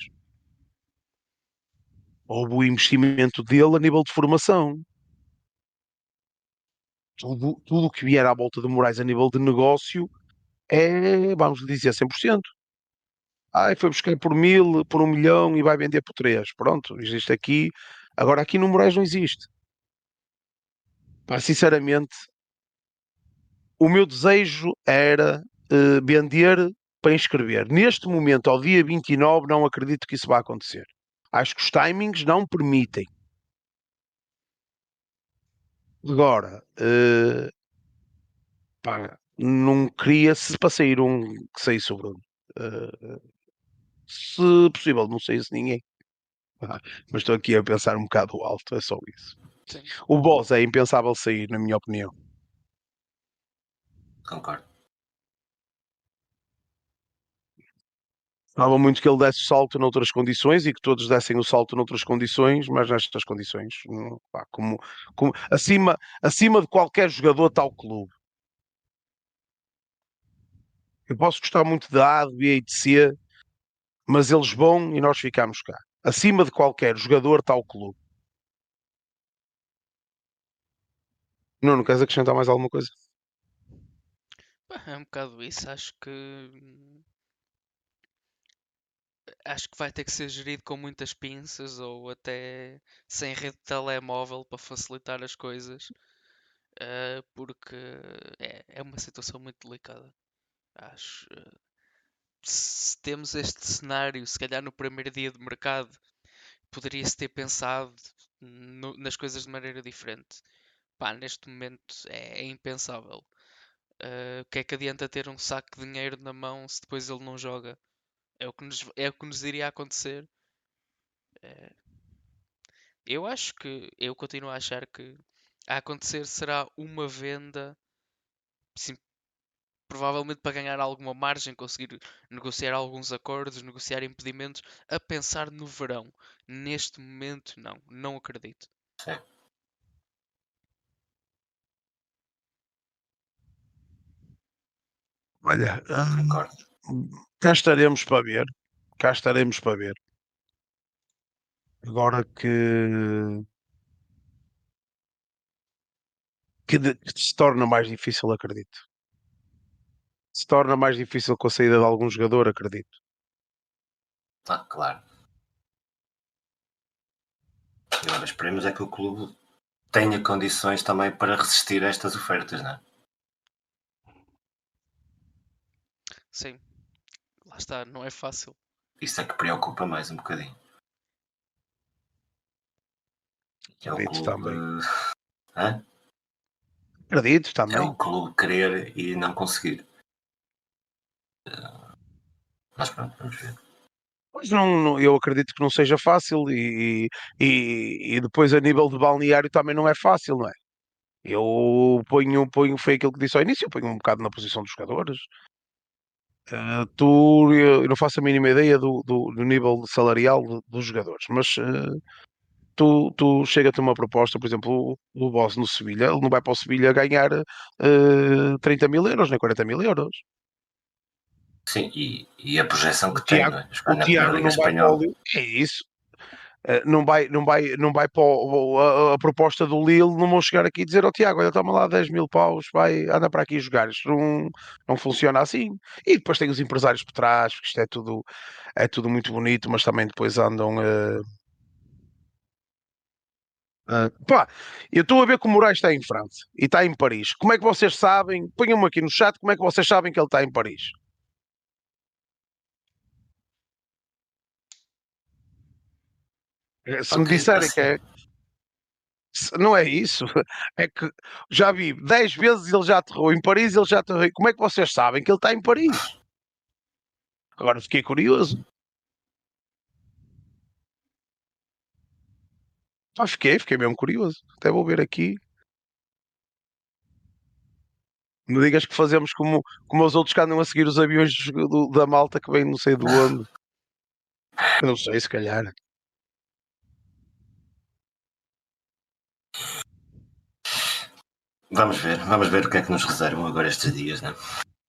Houve o investimento dele a nível de formação. Tudo, tudo o que vier à volta de Moraes a nível de negócio é, vamos lhe dizer, cem por cento. Ai, foi buscar por mil, por um milhão e vai vender por três. Pronto, existe aqui. Agora aqui no Moraes não existe. Pá, sinceramente, o meu desejo era uh, vender para inscrever. Neste momento, ao dia vinte e nove, não acredito que isso vá acontecer. Acho que os timings não permitem. Agora, uh, pá, não queria se para sair um que saísse o Bruno. Uh, se possível, não saísse ninguém. Ah, mas estou aqui a pensar um bocado alto, é só isso. Sim. O Boss é impensável sair, na minha opinião. Concordo. Falava muito que ele desse o salto noutras condições e que todos dessem o salto noutras condições, mas nestas condições, não, pá, como, como, acima, acima de qualquer jogador está o clube. Eu posso gostar muito de A, de B e de C, mas eles vão e nós ficamos cá. Acima de qualquer jogador está o clube. Não, não queres acrescentar mais alguma coisa? Pá, é um bocado isso. Acho que acho que vai ter que ser gerido com muitas pinças ou até sem rede de telemóvel para facilitar as coisas, eh, porque é, é uma situação muito delicada. Acho. eh, Se temos este cenário, se calhar no primeiro dia de mercado, poderia-se ter pensado no- nas coisas de maneira diferente. Pá, neste momento é, é impensável. Eh, o que é que adianta ter um saco de dinheiro na mão se depois ele não joga? É o que nos, é o que nos iria acontecer. Eh, eu acho que, eu continuo a achar que a acontecer será uma venda, sim, provavelmente para ganhar alguma margem, conseguir negociar alguns acordos, negociar impedimentos, a pensar no verão. Neste momento, não, não acredito. Sim. Olha, Concordo. hum, cá estaremos para ver. Cá estaremos para ver. Agora que, que, de- que se torna mais difícil, acredito. se torna mais difícil com a saída de algum jogador, acredito. Ah, claro. E agora esperemos é que o clube tenha condições também para resistir a estas ofertas, não é? Sim, lá está, não é fácil. Isso é que preocupa mais um bocadinho. É o Acredito clube. também. Hã? Acredito É também. o clube querer e não conseguir. Uh, mas pronto, vamos ver. Mas não, não- eu acredito que não seja fácil e, e, e depois a nível de balneário também não é fácil, não é? Eu ponho, ponho, foi aquilo que disse ao início, eu ponho um bocado na posição dos jogadores. Uh, tu, eu não faço a mínima ideia do, do, do nível salarial de- dos jogadores, mas uh, tu, tu chega-te uma proposta, por exemplo, o, o Boss no Sevilha, ele não vai para o Sevilha ganhar uh, trinta mil euros, nem quarenta mil euros. Sim, e, e a projeção O que tem, Tiago, não é? Jogar o na Primeira Tiago Liga não vai para o Espanhola. Lille, é isso. Uh, não vai, não vai, não vai para o, a, a proposta do Lille, não vão chegar aqui e dizer ao Tiago, olha, toma lá dez mil paus, vai, anda para aqui jogar. Isto não, não funciona assim. E depois tem os empresários por trás, porque isto é tudo, é tudo muito bonito, mas também depois andam. Uh, uh, pá, eu estou a ver que o Moraes está em França e está em Paris. Como é que vocês sabem? Ponham-me aqui no chat como é que vocês sabem que ele está em Paris. Se me Ok, disserem que assim. é, não é isso. É que já vi dez vezes ele já aterrou em Paris, ele já aterrou. Como é que vocês sabem que ele está em Paris? Agora fiquei curioso. Ah, fiquei, fiquei mesmo curioso. Até vou ver aqui. Não digas que fazemos como, como os outros que andam a seguir os aviões do- do- da malta que vem não sei de onde. Eu não sei, se calhar. Vamos ver, vamos ver o que é que nos reservam agora estes dias, né?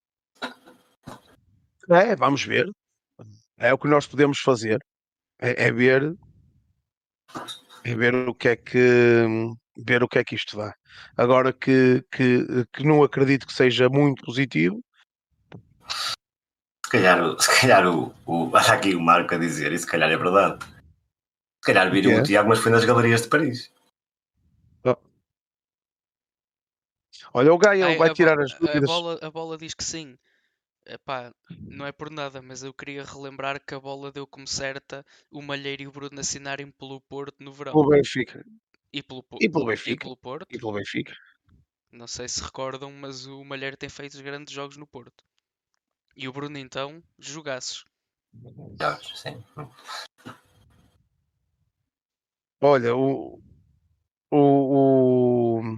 É, vamos ver. É o que nós podemos fazer. É, é ver, é ver o que é que ver o que é que isto dá. Agora que, que, que não acredito que seja muito positivo. Se calhar, o- se calhar o, o. Está aqui o Marco a dizer, e se calhar é verdade. Se calhar O que viram o é? Tiago, mas foi nas galerias de Paris. Oh. Olha, o Gaia ele Ai, vai a, bo- tirar as a dúvidas. bola, a bola diz que sim. Epá, não é por nada, mas eu queria relembrar que a bola deu como certa o Malheiro e o Bruno assinarem pelo Porto no verão. Pelo Benfica. E pelo, Po- E pelo e Benfica. pelo E Porto. pelo Benfica. Não sei se recordam, mas o Malheiro tem feito grandes jogos no Porto. E o Bruno então, jogaços. Jogos, sim. Olha, o, o, o,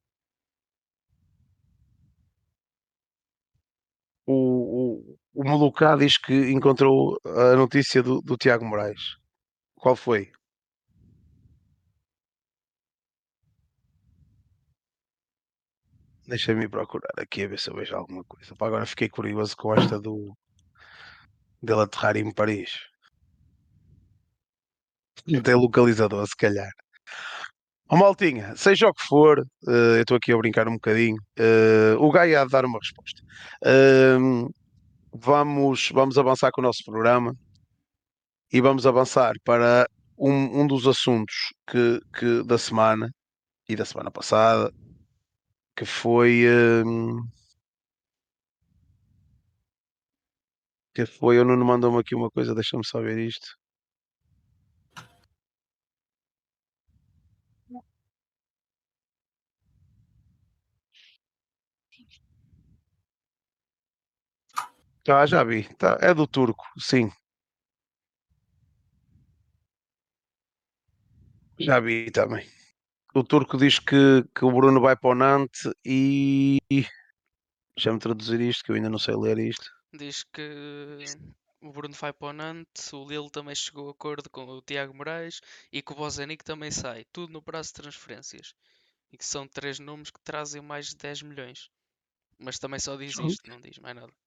o, o, o Melucá diz que encontrou a notícia do, do Tiago Moraes. Qual foi? Deixa-me procurar aqui a ver se eu vejo alguma coisa. Pá, agora fiquei curioso com esta do dele aterrar em Paris. Não tem localizador, se calhar. Ó Maltinha, seja o que for, eh, eu estou aqui a brincar um bocadinho. eh, o Gaia há de dar uma resposta. Ehm, vamos, vamos avançar com o nosso programa e vamos avançar para um, um dos assuntos que, que da semana e da semana passada, que foi, ehm, que foi, o Nuno mandou-me aqui uma coisa, deixa-me só ver isto. Ah, já vi, tá, é do turco, sim, já vi também. O turco diz que, que o Bruno vai para o Nantes e deixa-me traduzir isto, que eu ainda não sei ler isto. Diz que o Bruno vai para o Nantes, o Lille também chegou a acordo com o Tiago Moraes e que o Bozanic também sai. Tudo no prazo de transferências. E que são três nomes que trazem mais de dez milhões. Mas também só diz isto, não diz mais nada.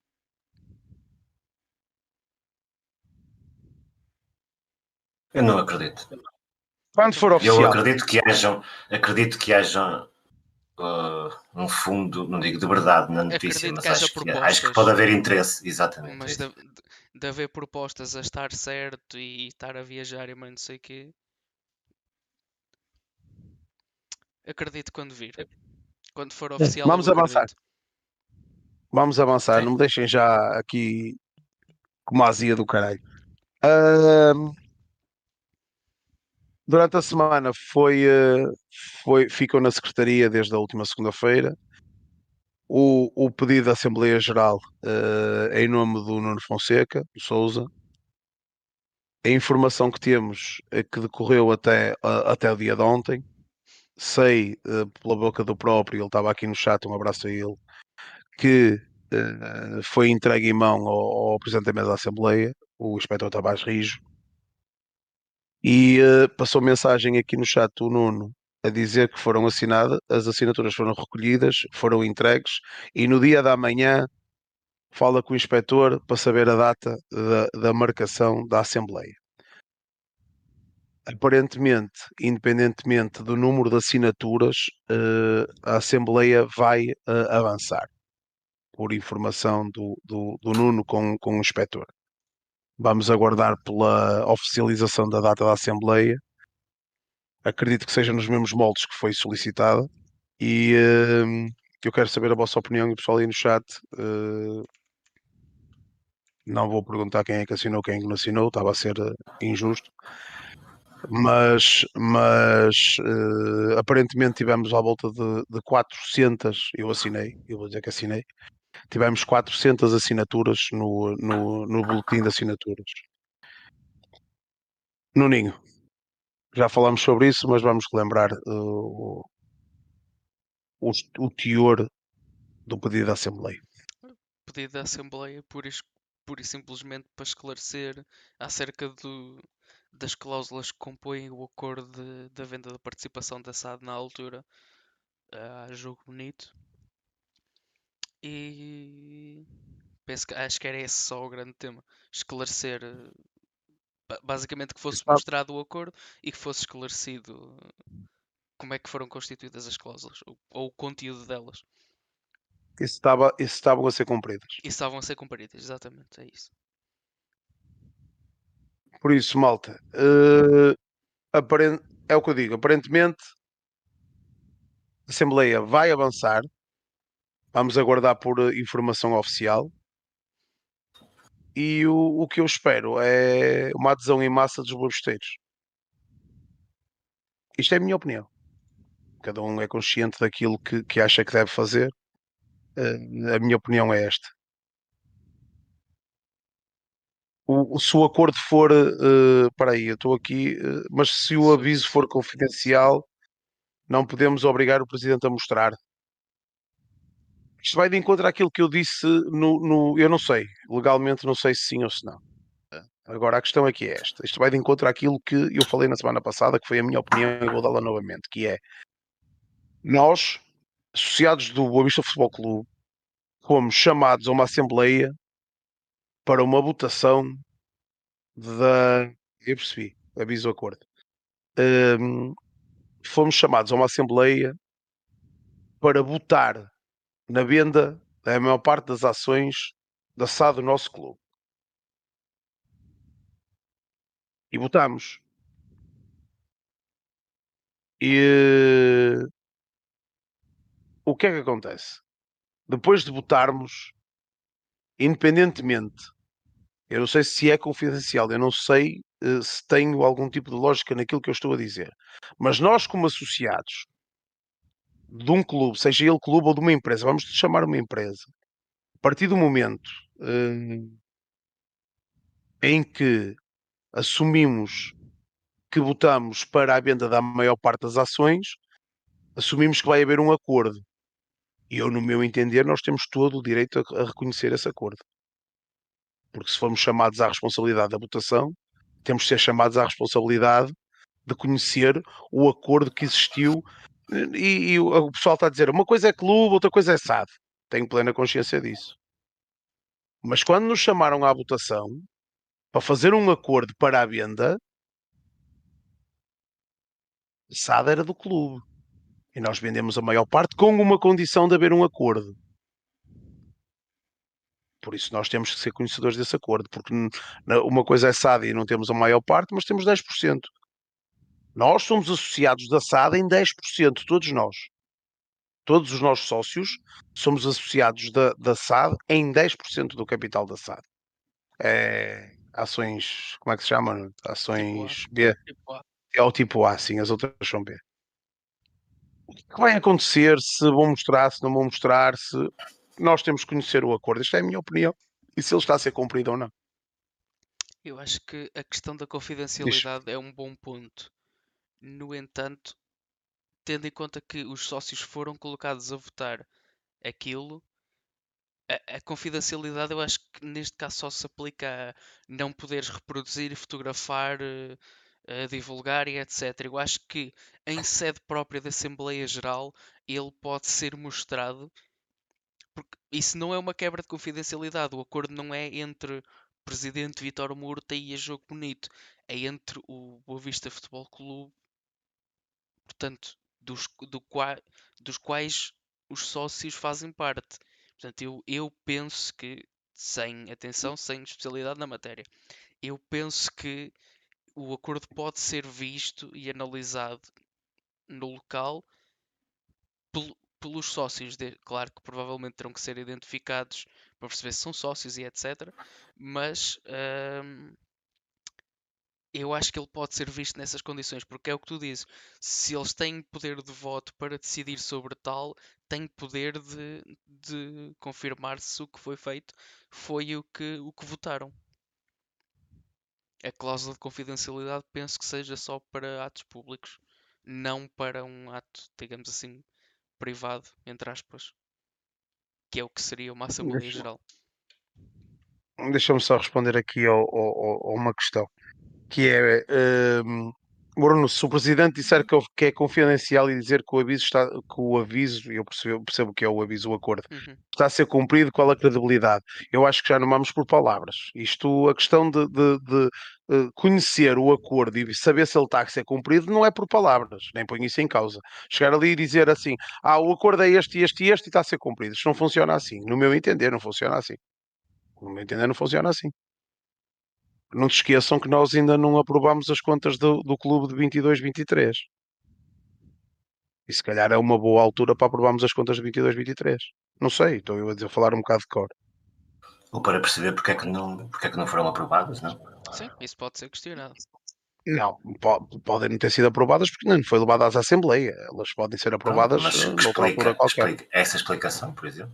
Eu não acredito. Quando for Eu oficial, acredito que hajam, acredito que hajam uh, um fundo, não digo de verdade na notícia, Acredito mas que haja acho que, acho que propostas. pode haver interesse, exatamente. Mas é de, de- de haver propostas a estar certo e estar a viajar e mais não sei o quê. Acredito quando vir. Quando for oficial, Vamos eu avançar. acredito. Vamos avançar. Sim. Não me deixem já aqui com uma azia do caralho. Ahm, durante a semana foi, eh, foi, ficou na Secretaria desde a última segunda-feira o, o pedido da Assembleia Geral eh, em nome do Nuno Fonseca, do Sousa. A informação que temos é que decorreu até, a- até o dia de ontem. Sei eh, pela boca do próprio, ele estava aqui no chat, um abraço a ele, que eh, foi entregue em mão ao, ao Presidente da Mesa da Assembleia, o Inspetor Tavares Rijo, e eh, passou mensagem aqui no chat do Nuno a dizer que foram assinadas, as assinaturas foram recolhidas, foram entregues, e no dia da manhã fala com o Inspetor para saber a data da, da marcação da Assembleia. Aparentemente, independentemente do número de assinaturas, eh, a Assembleia vai eh, avançar, por informação do, do, do Nuno com, com o inspetor. Vamos aguardar pela oficialização da data da Assembleia. Acredito que seja nos mesmos moldes que foi solicitada. E eh, eu quero saber a vossa opinião e o pessoal aí no chat. eh, não vou perguntar quem é que assinou, quem é que não assinou, estava a ser eh, injusto. Mas, mas eh, aparentemente tivemos à volta de, de quatrocentas, eu assinei, eu vou dizer que assinei, tivemos quatrocentas assinaturas no, no, no boletim de assinaturas. Nuninho, já falámos sobre isso, mas vamos relembrar uh, o, o teor do pedido da Assembleia. Pedido da Assembleia pura e, es- pura e simplesmente para esclarecer acerca do, das cláusulas que compõem o acordo de- da venda da participação da S A D na altura a Jogo Bonito. E penso que acho que era esse só o grande tema. Esclarecer, eh, ba- basicamente que fosse Isso, mostrado o acordo e que fosse esclarecido como é que foram constituídas as cláusulas ou, ou o conteúdo delas. isso, estava, isso estavam a ser cumpridas. E estavam a ser cumpridas, exatamente, é isso. Por isso, malta, uh, aparent, é o que eu digo, aparentemente a Assembleia vai avançar. Vamos aguardar por informação oficial. E o, o que eu espero é uma adesão em massa dos borbisteiros. Isto é a minha opinião. Cada um é consciente daquilo que, que acha que deve fazer. Uh, a minha opinião é esta. O, o, se o acordo for. Uh, para aí, eu estou aqui. Uh, mas se o aviso for confidencial, não podemos obrigar o Presidente a mostrar. Isto vai de encontro àquilo que eu disse no, no. Eu não sei. Legalmente, não sei se sim ou se não. Agora, a questão aqui é esta. Isto vai de encontro àquilo que eu falei na semana passada, que foi a minha opinião, e vou dá-la novamente, que é nós, associados do Boa Vista Futebol Clube, fomos chamados a uma assembleia para uma votação da... Eu percebi, aviso o acordo. Um, fomos chamados a uma assembleia para votar na venda da maior parte das ações da S A D do nosso clube. E votámos. E o que é que acontece? Depois de votarmos, independentemente, eu não sei se é confidencial, eu não sei uh, se tenho algum tipo de lógica naquilo que eu estou a dizer, mas nós, como associados de um clube, seja ele clube ou de uma empresa, vamos chamar uma empresa, a partir do momento uh, em que assumimos que votamos para a venda da maior parte das ações, assumimos que vai haver um acordo. E eu, no meu entender, nós temos todo o direito a, a reconhecer esse acordo. Porque se formos chamados à responsabilidade da votação, temos de ser chamados à responsabilidade de conhecer o acordo que existiu. E, e o pessoal está a dizer, uma coisa é clube, outra coisa é S A D. Tenho plena consciência disso. Mas quando nos chamaram à votação para fazer um acordo para a venda, a S A D era do clube. E nós vendemos a maior parte com uma condição de haver um acordo. Por isso nós temos que ser conhecedores desse acordo, porque uma coisa é S A D e não temos a maior parte, mas temos dez por cento. Nós somos associados da S A D em dez por cento, todos nós. Todos os nossos sócios somos associados da, da S A D em dez por cento do capital da S A D. É, ações, como é que se chama? Ações Tipo B. Tipo A. É o tipo A, sim, as outras são B. O que vai acontecer, se vão mostrar, se não vão mostrar, se nós temos que conhecer o acordo. Esta é a minha opinião. E se ele está a ser cumprido ou não. Eu acho que a questão da confidencialidade é um bom ponto. No entanto, tendo em conta que os sócios foram colocados a votar aquilo, a, a confidencialidade eu acho que neste caso só se aplica a não poderes reproduzir, fotografar, eh, eh, divulgar e etcétera. Eu acho que em sede própria da Assembleia Geral ele pode ser mostrado, porque isso não é uma quebra de confidencialidade. O acordo não é entre o presidente Vítor Murta e a Jogo Bonito, é entre o Boa Vista Futebol Clube, portanto, dos, do qua, dos quais os sócios fazem parte. Portanto, eu, eu penso que, sem atenção, sem especialidade na matéria, eu penso que o acordo pode ser visto e analisado no local pel- pelos sócios. De, claro que provavelmente terão que ser identificados para perceber se são sócios e etcétera. Mas hum, eu acho que ele pode ser visto nessas condições, porque é o que tu dizes. Se eles têm poder de voto para decidir sobre tal, têm poder de, de confirmar se o que foi feito foi o que, o que votaram. A cláusula de confidencialidade penso que seja só para atos públicos, não para um ato, digamos assim, privado, entre aspas, que é o que seria uma Assembleia Deixa- Geral. Deixa-me só responder aqui ao, ao- a uma questão. Que é, hum, Bruno, se o presidente disser que, que é confidencial e dizer que o aviso está, que o aviso, eu percebo, eu percebo que é o aviso, o acordo, Uhum. está a ser cumprido, qual a credibilidade? Eu acho que já não vamos por palavras. Isto, a questão de, de- de, eh, conhecer o acordo e saber se ele está a ser cumprido não é por palavras, nem põe isso em causa. Chegar ali e dizer assim, ah, o acordo é este, este e este e está a ser cumprido. Isto não funciona assim. No meu entender, não funciona assim. No meu entender, não funciona assim. Não se esqueçam que nós ainda não aprovamos as contas do, do clube de vinte e dois vinte e três. E se calhar é uma boa altura para aprovarmos as contas de vinte e dois vinte e três. Não sei, estou eu a dizer, a falar um bocado de cor. Ou para perceber porque é que não, porque é que não foram aprovadas, não? Sim, isso pode ser questionado. Não, po- podem não ter sido aprovadas porque não foi levadas à Assembleia. Elas podem ser Pronto, aprovadas mas eh, noutra altura explica, qualquer. explica essa explicação, por exemplo.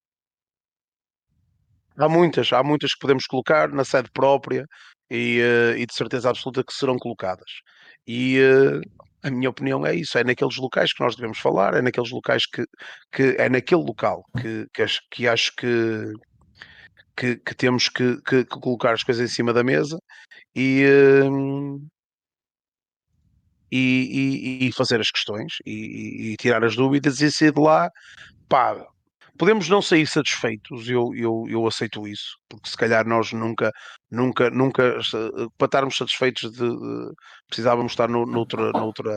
Há muitas, há muitas que podemos colocar na sede própria e, eh, e de certeza absoluta que serão colocadas. E eh, a minha opinião é isso, é naqueles locais que nós devemos falar, é naqueles locais que, que é naquele local que, que, acho, que acho que, que, que temos que, que, que colocar as coisas em cima da mesa e, eh, e, e, e fazer as questões e, e tirar as dúvidas e sair de lá, pá. Podemos não sair satisfeitos, eu, eu, eu aceito isso, porque se calhar nós nunca, nunca, nunca, para estarmos satisfeitos de, de precisávamos estar no, noutra, noutra,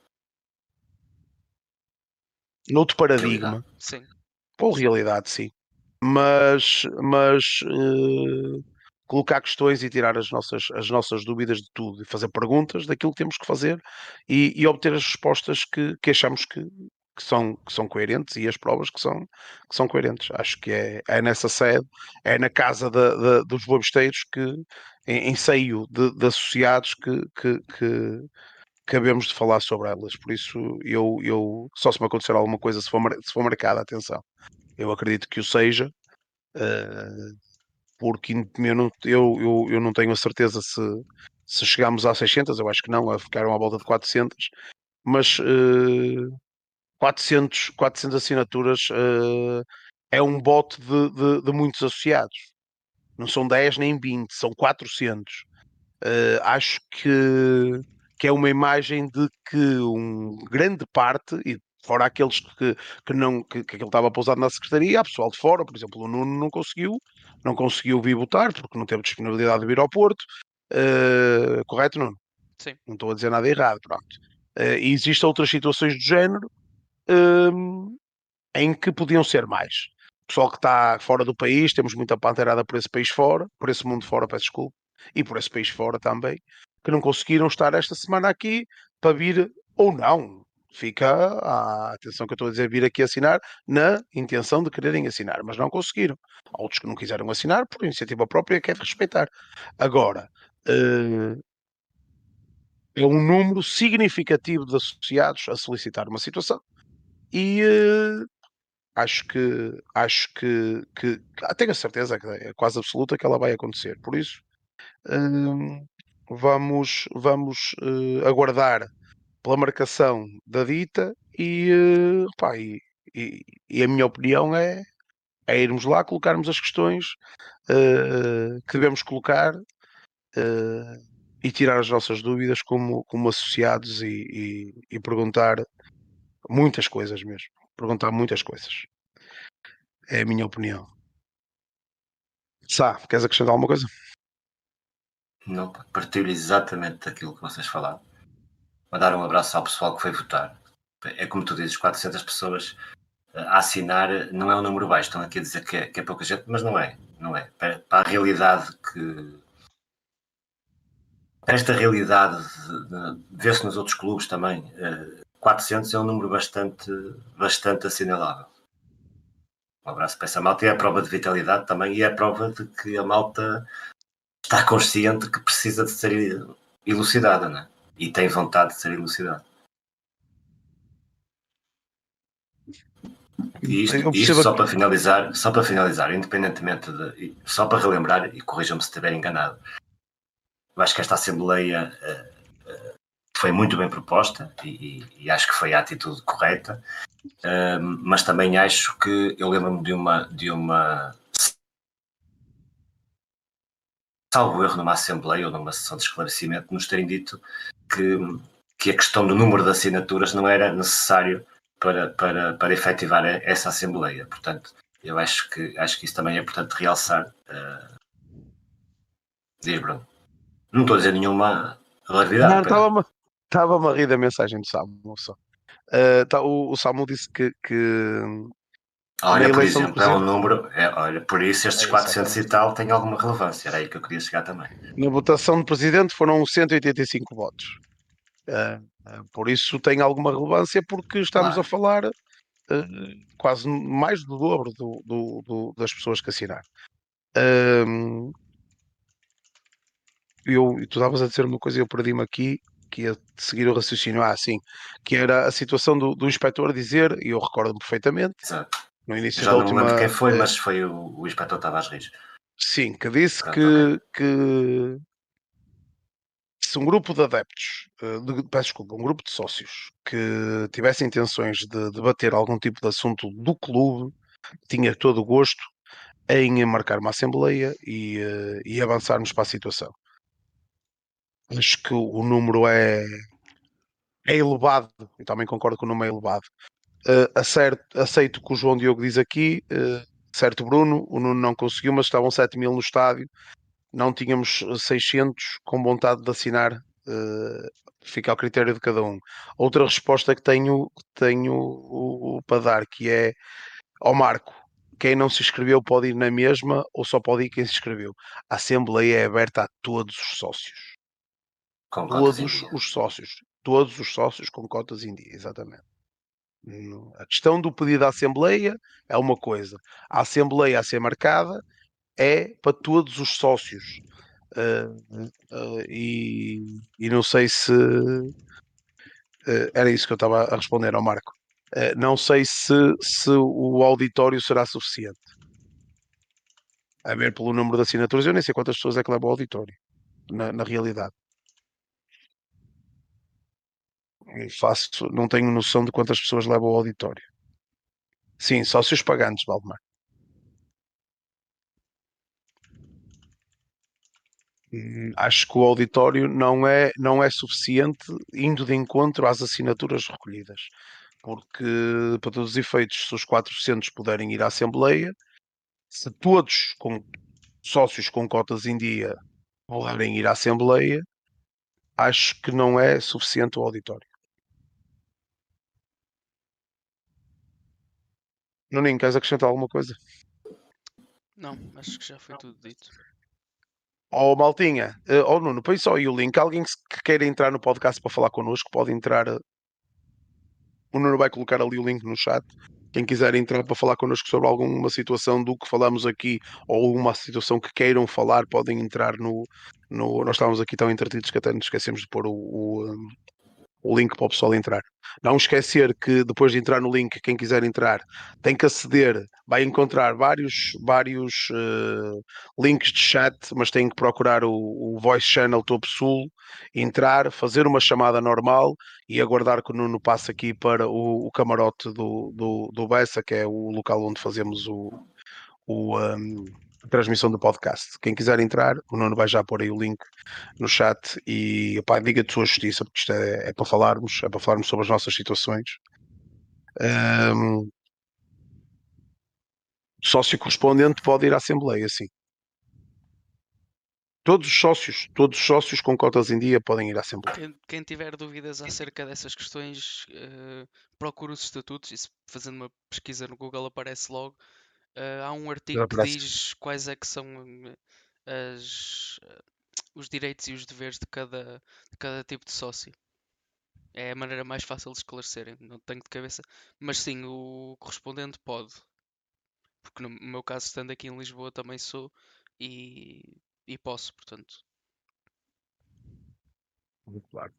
noutro Realidade. paradigma, Sim. ou realidade, sim. Mas, mas eh, colocar questões e tirar as nossas, as nossas dúvidas de tudo e fazer perguntas daquilo que temos que fazer e, e obter as respostas que, que achamos que, que, são, que são coerentes e as provas que são, que são coerentes. Acho que é, é nessa sede, é na casa da- da- dos boabisteiros que, em, em seio de, de associados que, que, que acabemos de falar sobre elas. Por isso, eu, eu só se me acontecer alguma coisa, se for, mar- se for marcada, atenção. Eu acredito que o seja, uh, porque eu não, eu, eu, eu não tenho a certeza se, se chegamos a seiscentas, eu acho que não, ficaram à volta de quatrocentas, mas uh, quatrocentos, quatrocentas assinaturas uh, é um bote de, de, de muitos associados. Não são dez nem vinte, são quatrocentos. Uh, acho que, que é uma imagem de que um grande parte, e fora aqueles que, que não que, que aquilo estava pousado na secretaria, há pessoal de fora, por exemplo, o Nuno não conseguiu, não conseguiu vir votar porque não teve disponibilidade de vir ao Porto. Uh, correto, Nuno? Sim. Não estou a dizer nada errado, pronto. Uh, e existem outras situações do género hum, em que podiam ser mais. O pessoal que está fora do país, temos muita panteirada por esse país fora, por esse mundo fora, peço desculpa, e por esse país fora também, que não conseguiram estar esta semana aqui para vir ou não. Fica a atenção que eu estou a dizer, vir aqui assinar na intenção de quererem assinar, mas não conseguiram. Há outros que não quiseram assinar por iniciativa própria, que é de respeitar. Agora, eh, é um número significativo de associados a solicitar uma situação e eh, acho que acho que, que ah, tenho a certeza que é quase absoluta que ela vai acontecer. Por isso, hum, vamos vamos eh, aguardar pela marcação da dita e, eh, pá, e, e- e a minha opinião é, é irmos lá, colocarmos as questões eh, que devemos colocar eh, e tirar as nossas dúvidas como, como associados e, e- e perguntar muitas coisas mesmo. Perguntar muitas coisas. É a minha opinião. Sá, queres acrescentar alguma coisa? Não, partilho exatamente daquilo que vocês falaram. Mandar um abraço ao pessoal que foi votar. É como tu dizes, quatrocentas pessoas a assinar não é um número baixo. Estão aqui a dizer que é, que é pouca gente, mas não é. Não é. Para, para a realidade que. Para esta realidade, vê-se nos outros clubes também, quatrocentos é um número bastante, bastante assinalável. Um abraço para essa malta e é a prova de vitalidade também e é a prova de que a malta está consciente que precisa de ser elucidada, né? E tem vontade de ser elucidada. E isto, isto só para finalizar, só para finalizar, independentemente de, só para relembrar, e corrijam-me se estiver enganado, eu acho que esta Assembleia uh, uh, foi muito bem proposta e, e, e acho que foi a atitude correta, uh, mas também acho que eu lembro-me de uma, de uma salvo erro numa Assembleia ou numa sessão de esclarecimento, nos terem dito que, que a questão do número de assinaturas não era necessário para, para, para efetivar essa Assembleia. Portanto, eu acho que, acho que isso também é importante realçar. Uh, diz, Bruno. Não estou a dizer nenhuma larvidade. Estava-me estava a rir da mensagem do Samu só. Uh, tá, o, o Samu disse que, que olha, por exemplo, é um número, é, olha, por isso estes é, quatrocentos e tal têm alguma relevância, era aí que eu queria chegar também. Na votação de presidente foram cento e oitenta e cinco votos. Uh, uh, por isso tem alguma relevância porque estamos claro. a falar uh, quase mais do dobro do, do, do, das pessoas que assinaram. Uh, eu, tu estavas a dizer uma coisa e eu perdi-me aqui, que ia seguir o raciocínio, ah, sim, que era a situação do, do inspetor dizer, e eu recordo-me perfeitamente, exato. No início já da não última, me lembro quem foi, mas foi o, o inspetor Tavares Rios. Sim, que disse Pronto, que, okay. que se um grupo de adeptos, de, peço desculpa, um grupo de sócios que tivesse intenções de debater algum tipo de assunto do clube, tinha todo o gosto em marcar uma assembleia e, e avançarmos para a situação. Acho que o número é, é elevado, eu também concordo que o número é elevado. Uh, acerto, aceito o que o João Diogo diz aqui, uh, certo Bruno, o Nuno não conseguiu, mas estavam sete mil no estádio, não tínhamos seiscentos com vontade de assinar, uh, fica ao critério de cada um. Outra resposta que tenho, tenho o, o, para dar, que é ao Marco, quem não se inscreveu pode ir na mesma ou só pode ir quem se inscreveu. A Assembleia é aberta a todos os sócios. Com todos os sócios. Todos os sócios com cotas em dia, exatamente. A questão do pedido à Assembleia é uma coisa. A Assembleia a ser marcada é para todos os sócios. Uh, uh, e, e não sei se uh, era isso que eu estava a responder ao Marco. Uh, não sei se, se o auditório será suficiente. A ver pelo número de assinaturas, eu nem sei quantas pessoas é que levam ao auditório, na, na realidade. Faço, não tenho noção de quantas pessoas levam ao auditório. Sim, sócios pagantes, Valdemar. Acho que o auditório não é, não é suficiente indo de encontro às assinaturas recolhidas. Porque, para todos os efeitos, se os quatrocentos puderem ir à Assembleia, se todos com sócios com cotas em dia puderem ir à Assembleia, acho que não é suficiente o auditório. Nuninho, queres acrescentar alguma coisa? Não, acho que já foi tudo dito. Ó maltinha, uh, ó Nuno, põe só aí o link. Alguém que se- que queira entrar no podcast para falar connosco, pode entrar. uh, O Nuno vai colocar ali o link no chat. Quem quiser entrar para falar connosco sobre alguma situação do que falamos aqui ou uma situação que queiram falar, podem entrar no. no nós estávamos aqui tão entretidos que até nos esquecemos de pôr o, o, um, o link para o pessoal entrar. Não esquecer que depois de entrar no link, quem quiser entrar tem que aceder, vai encontrar vários, vários uh, links de chat, mas tem que procurar o, o Voice Channel Topo Sul, entrar, fazer uma chamada normal e aguardar que o Nuno passe aqui para o, o camarote do, do, do Bessa, que é o local onde fazemos o, o um, a transmissão do podcast. Quem quiser entrar, o Nuno vai já pôr aí o link no chat e pá, diga de sua justiça, porque isto é, é para falarmos, é para falarmos sobre as nossas situações. Um, sócio correspondente pode ir à Assembleia, sim. Todos os sócios, todos os sócios com cotas em dia podem ir à Assembleia. Quem, quem tiver dúvidas acerca dessas questões, uh, procure os estatutos. Isso, fazendo uma pesquisa no Google, aparece logo. Uh, há um artigo que diz quais é que são as, os direitos e os deveres de cada, de cada tipo de sócio. É a maneira mais fácil de esclarecerem, não tenho de cabeça. Mas sim, o correspondente pode. Porque no meu caso, estando aqui em Lisboa, também sou e, e posso, portanto. Claro.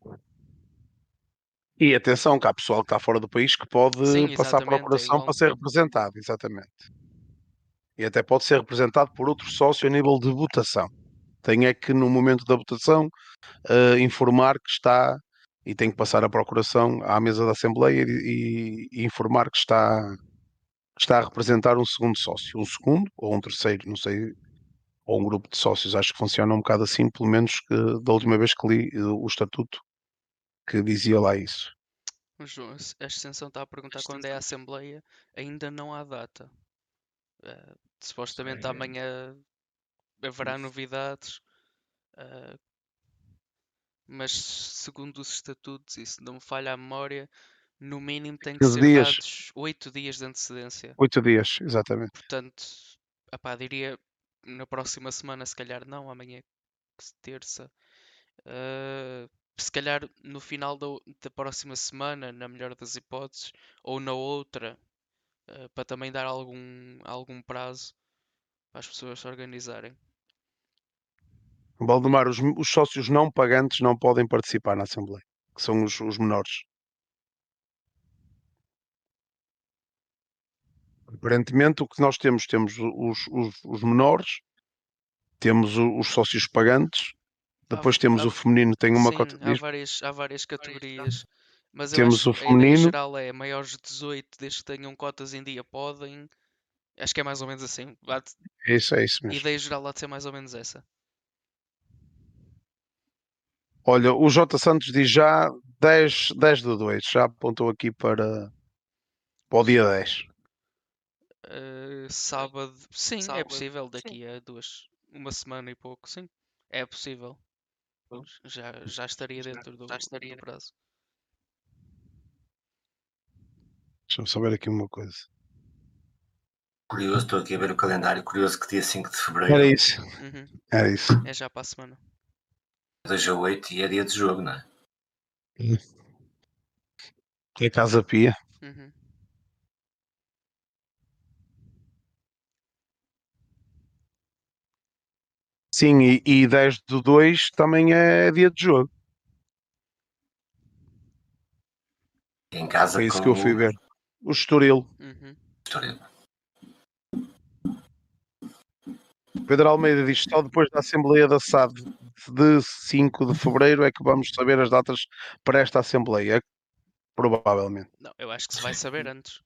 E atenção, que há pessoal que está fora do país que pode Sim, passar a procuração é para ser representado, exatamente. E até pode ser representado por outro sócio a nível de votação. Tem é que, no momento da votação, uh, informar que está e tem que passar a procuração à mesa da Assembleia e, e, e informar que está, que está a representar um segundo sócio. Um segundo ou um terceiro, não sei, ou um grupo de sócios. Acho que funciona um bocado assim, pelo menos que, da última vez que li uh, o estatuto, que dizia lá isso. João, a extensão está a perguntar quando é a Assembleia, ainda não há data. Uh, supostamente Sim. amanhã haverá novidades, uh, mas segundo os estatutos, e se não me falha a memória, no mínimo tem que ser dias. dados oito dias de antecedência. Oito dias, exatamente. Portanto, apá, diria na próxima semana, se calhar não, amanhã é terça. Uh, se calhar no final da, da próxima semana, na melhor das hipóteses, ou na outra, uh, para também dar algum, algum prazo para as pessoas se organizarem. Valdemar, os, os sócios não pagantes não podem participar na Assembleia, que são os, os menores. Aparentemente, o que nós temos, temos os, os, os menores, temos os sócios pagantes, depois há, temos há, o feminino, tem uma sim, cota. Há várias, há várias categorias, mas temos eu o acho que a ideia feminino. geral é maiores de dezoito, desde que tenham cotas em dia, podem. Acho que é mais ou menos assim. É isso, é isso mesmo. A ideia geral há de ser mais ou menos essa. Olha, o J. Santos diz já dez, dez de dois, já apontou aqui para, para o dia dez. Uh, sábado, sim, sábado, é possível daqui sim. a duas, uma semana e pouco, sim, é possível. Já, já estaria dentro do, já estaria. do prazo. Deixa-me saber aqui uma coisa. Curioso, estou aqui a ver o calendário, curioso que dia cinco de fevereiro. Era isso. Uhum. Era isso. É já para a semana. dois a oito e é dia de jogo, não é? É Casa Pia. Uhum. Sim, e, e dez do dois também é dia de jogo. Em casa Foi isso com que eu fui o... ver. O Estoril. Uhum. Estoril. Pedro Almeida diz só depois da Assembleia da S A D de cinco de fevereiro é que vamos saber as datas para esta Assembleia. Provavelmente. Não, eu acho que se vai saber antes.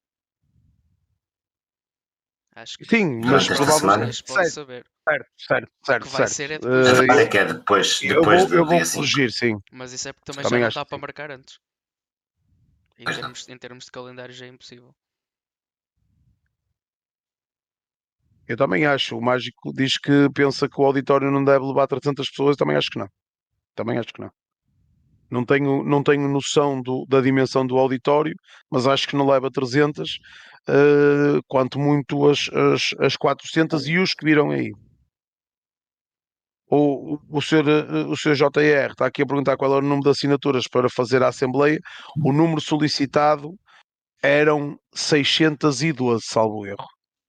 Acho que sim, mas provavelmente pode saber. Certo, certo, certo. O que vai certo. ser é depois. Uh, eu, é que é depois, eu depois vou, do eu vou dia corrigir, sim. Mas isso é porque também, também já não dá acho para marcar antes. Em termos, em termos de calendário já é impossível. Eu também acho. O Mágico diz que pensa que o auditório não deve levar trezentas pessoas. Eu também acho que não. Também acho que não. Não tenho, não tenho noção do, da dimensão do auditório, mas acho que não leva trezentas. uh, quanto muito as, as, as quatrocentas e os que viram aí. O, o, senhor, o senhor J R está aqui a perguntar qual era o número de assinaturas para fazer a Assembleia. O número solicitado eram seiscentas e doze, salvo erro.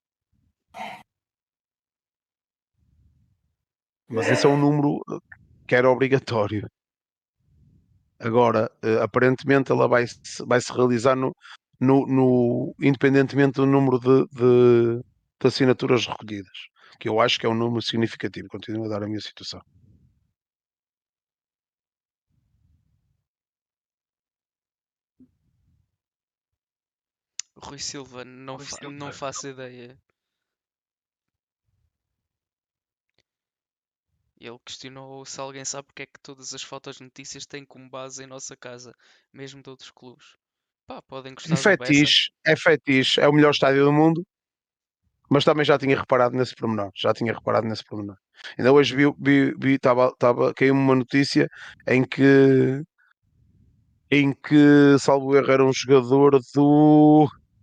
Mas esse é um número que era obrigatório. Agora, aparentemente, ela vai, vai se realizar no, no, no, independentemente do número de, de, de assinaturas recolhidas, que eu acho que é um número significativo. Continuo a dar a minha situação. Rui Silva, não, Rui fa Silva. não faço ideia. Ele questionou se alguém sabe porque é que todas as fotos notícias têm como base em nossa casa, mesmo de outros clubes. Pá, podem gostar é fetiche, do é fetiche, é o melhor estádio do mundo, mas também já tinha reparado nesse pormenor, já tinha reparado nesse pormenor. Ainda hoje vi, vi, vi tava, tava, caiu uma notícia em que em que, salvo erro, era um jogador do...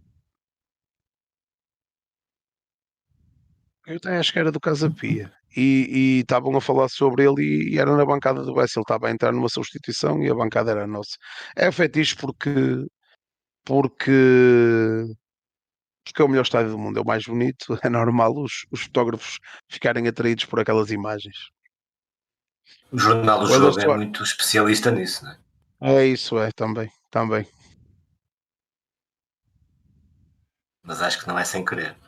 Eu até acho que era do Casa Pia. E estavam a falar sobre ele e, e era na bancada do Bessa. Ele estava a entrar numa substituição e a bancada era nossa. É fetiche porque, porque, porque é o melhor estádio do mundo, é o mais bonito. É normal os, os fotógrafos ficarem atraídos por aquelas imagens. O Jornal do Jogo é muito especialista nisso, não é? É isso, é, também, também. Mas acho que não é sem querer.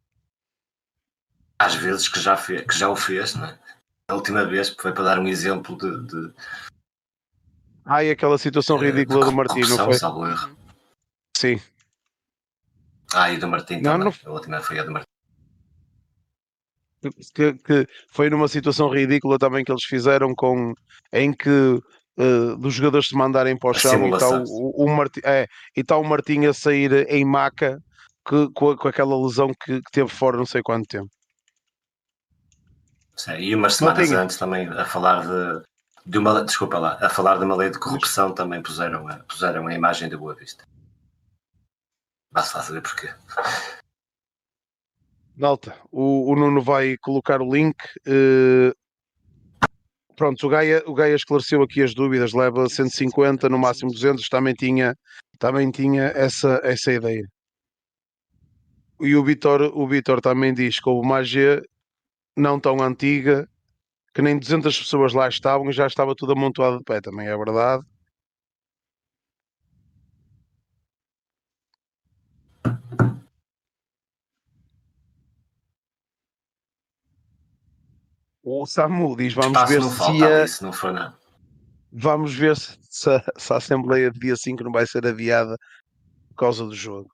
Às vezes que já, fez, que já o fez, não é? A última vez foi para dar um exemplo de... de ah, e aquela situação ridícula do Martim, não foi? Salvo erro. Sim. Ah, e do Martim não, também. Não... A última foi a do Martim. Que, que foi numa situação ridícula também que eles fizeram com em que uh, dos jogadores se mandarem para o chão e está o, o, o Martim, é, e está o Martim a sair em maca que, com, com aquela lesão que, que teve fora não sei quanto tempo. Sim, e umas semanas Martinho. Antes também a falar de, de uma desculpa lá, a falar de uma lei de corrupção também puseram a, puseram a imagem da Boa Vista. Vai-se lá saber porquê. Malta, o, o Nuno vai colocar o link. Uh, pronto, o Gaia, o Gaia esclareceu aqui as dúvidas, leva cento e cinquenta, no máximo duzentos, também tinha, também tinha essa, essa ideia. E o Vitor, o Vitor também diz que houve uma A G não tão antiga, que nem duzentas pessoas lá estavam e já estava tudo amontoado de pé, também é verdade. O Samu diz, vamos ver não se falta a... ali, se não for nada. Vamos ver se, se, a, se a Assembleia de dia cinco não vai ser adiada por causa do jogo.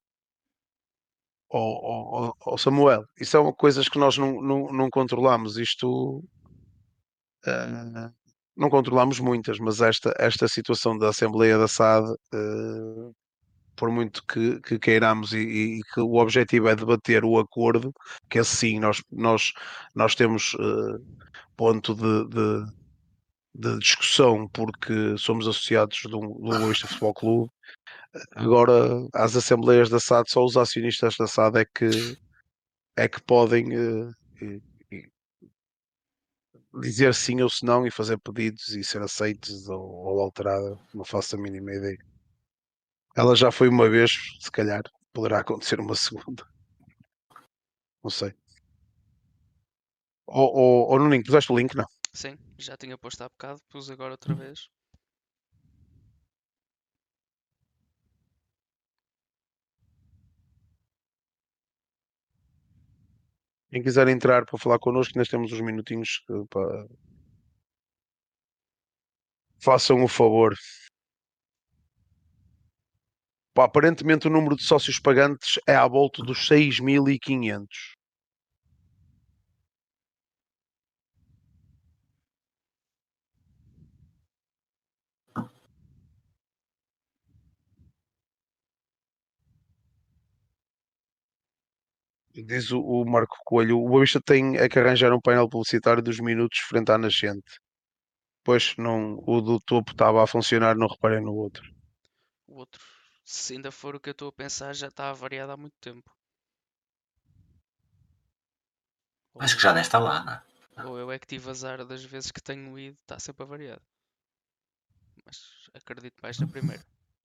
Ou oh, oh, Samuel, isso são coisas que nós não, não, não controlamos. Isto uh, não controlamos muitas, mas esta, esta situação da Assembleia da S A D, uh, por muito que, que queiramos e, e, que o objetivo é debater o acordo, que assim nós, nós, nós temos uh, ponto de, de, de discussão porque somos associados de um, de um Boa Vista Futebol Clube. Agora, as assembleias da S A D, só os acionistas da S A D é que, é que podem uh, e, e dizer sim ou se não e fazer pedidos e ser aceitos ou, ou alterada. Não faço a mínima ideia. Ela já foi uma vez, se calhar poderá acontecer uma segunda. Não sei. Ou, ou, ou no link, puseste o link? Não. Sim, já tinha posto há bocado, pus agora outra vez. Quem quiser entrar para falar connosco, nós temos uns minutinhos para... Façam o favor. Pá, aparentemente o número de sócios pagantes é à volta dos seis mil e quinhentos. Diz o, o Marco Coelho, o Boa Vista tem é que arranjar um painel publicitário dos minutos frente à nascente. Pois não, o do topo estava a funcionar, não reparei no outro. O outro se ainda for o que eu estou a pensar, já está variado há muito tempo. Acho que já nem está lá, não é? Ou eu é que tive azar das vezes que tenho ido, está sempre a variar. Mas acredito mais na primeira.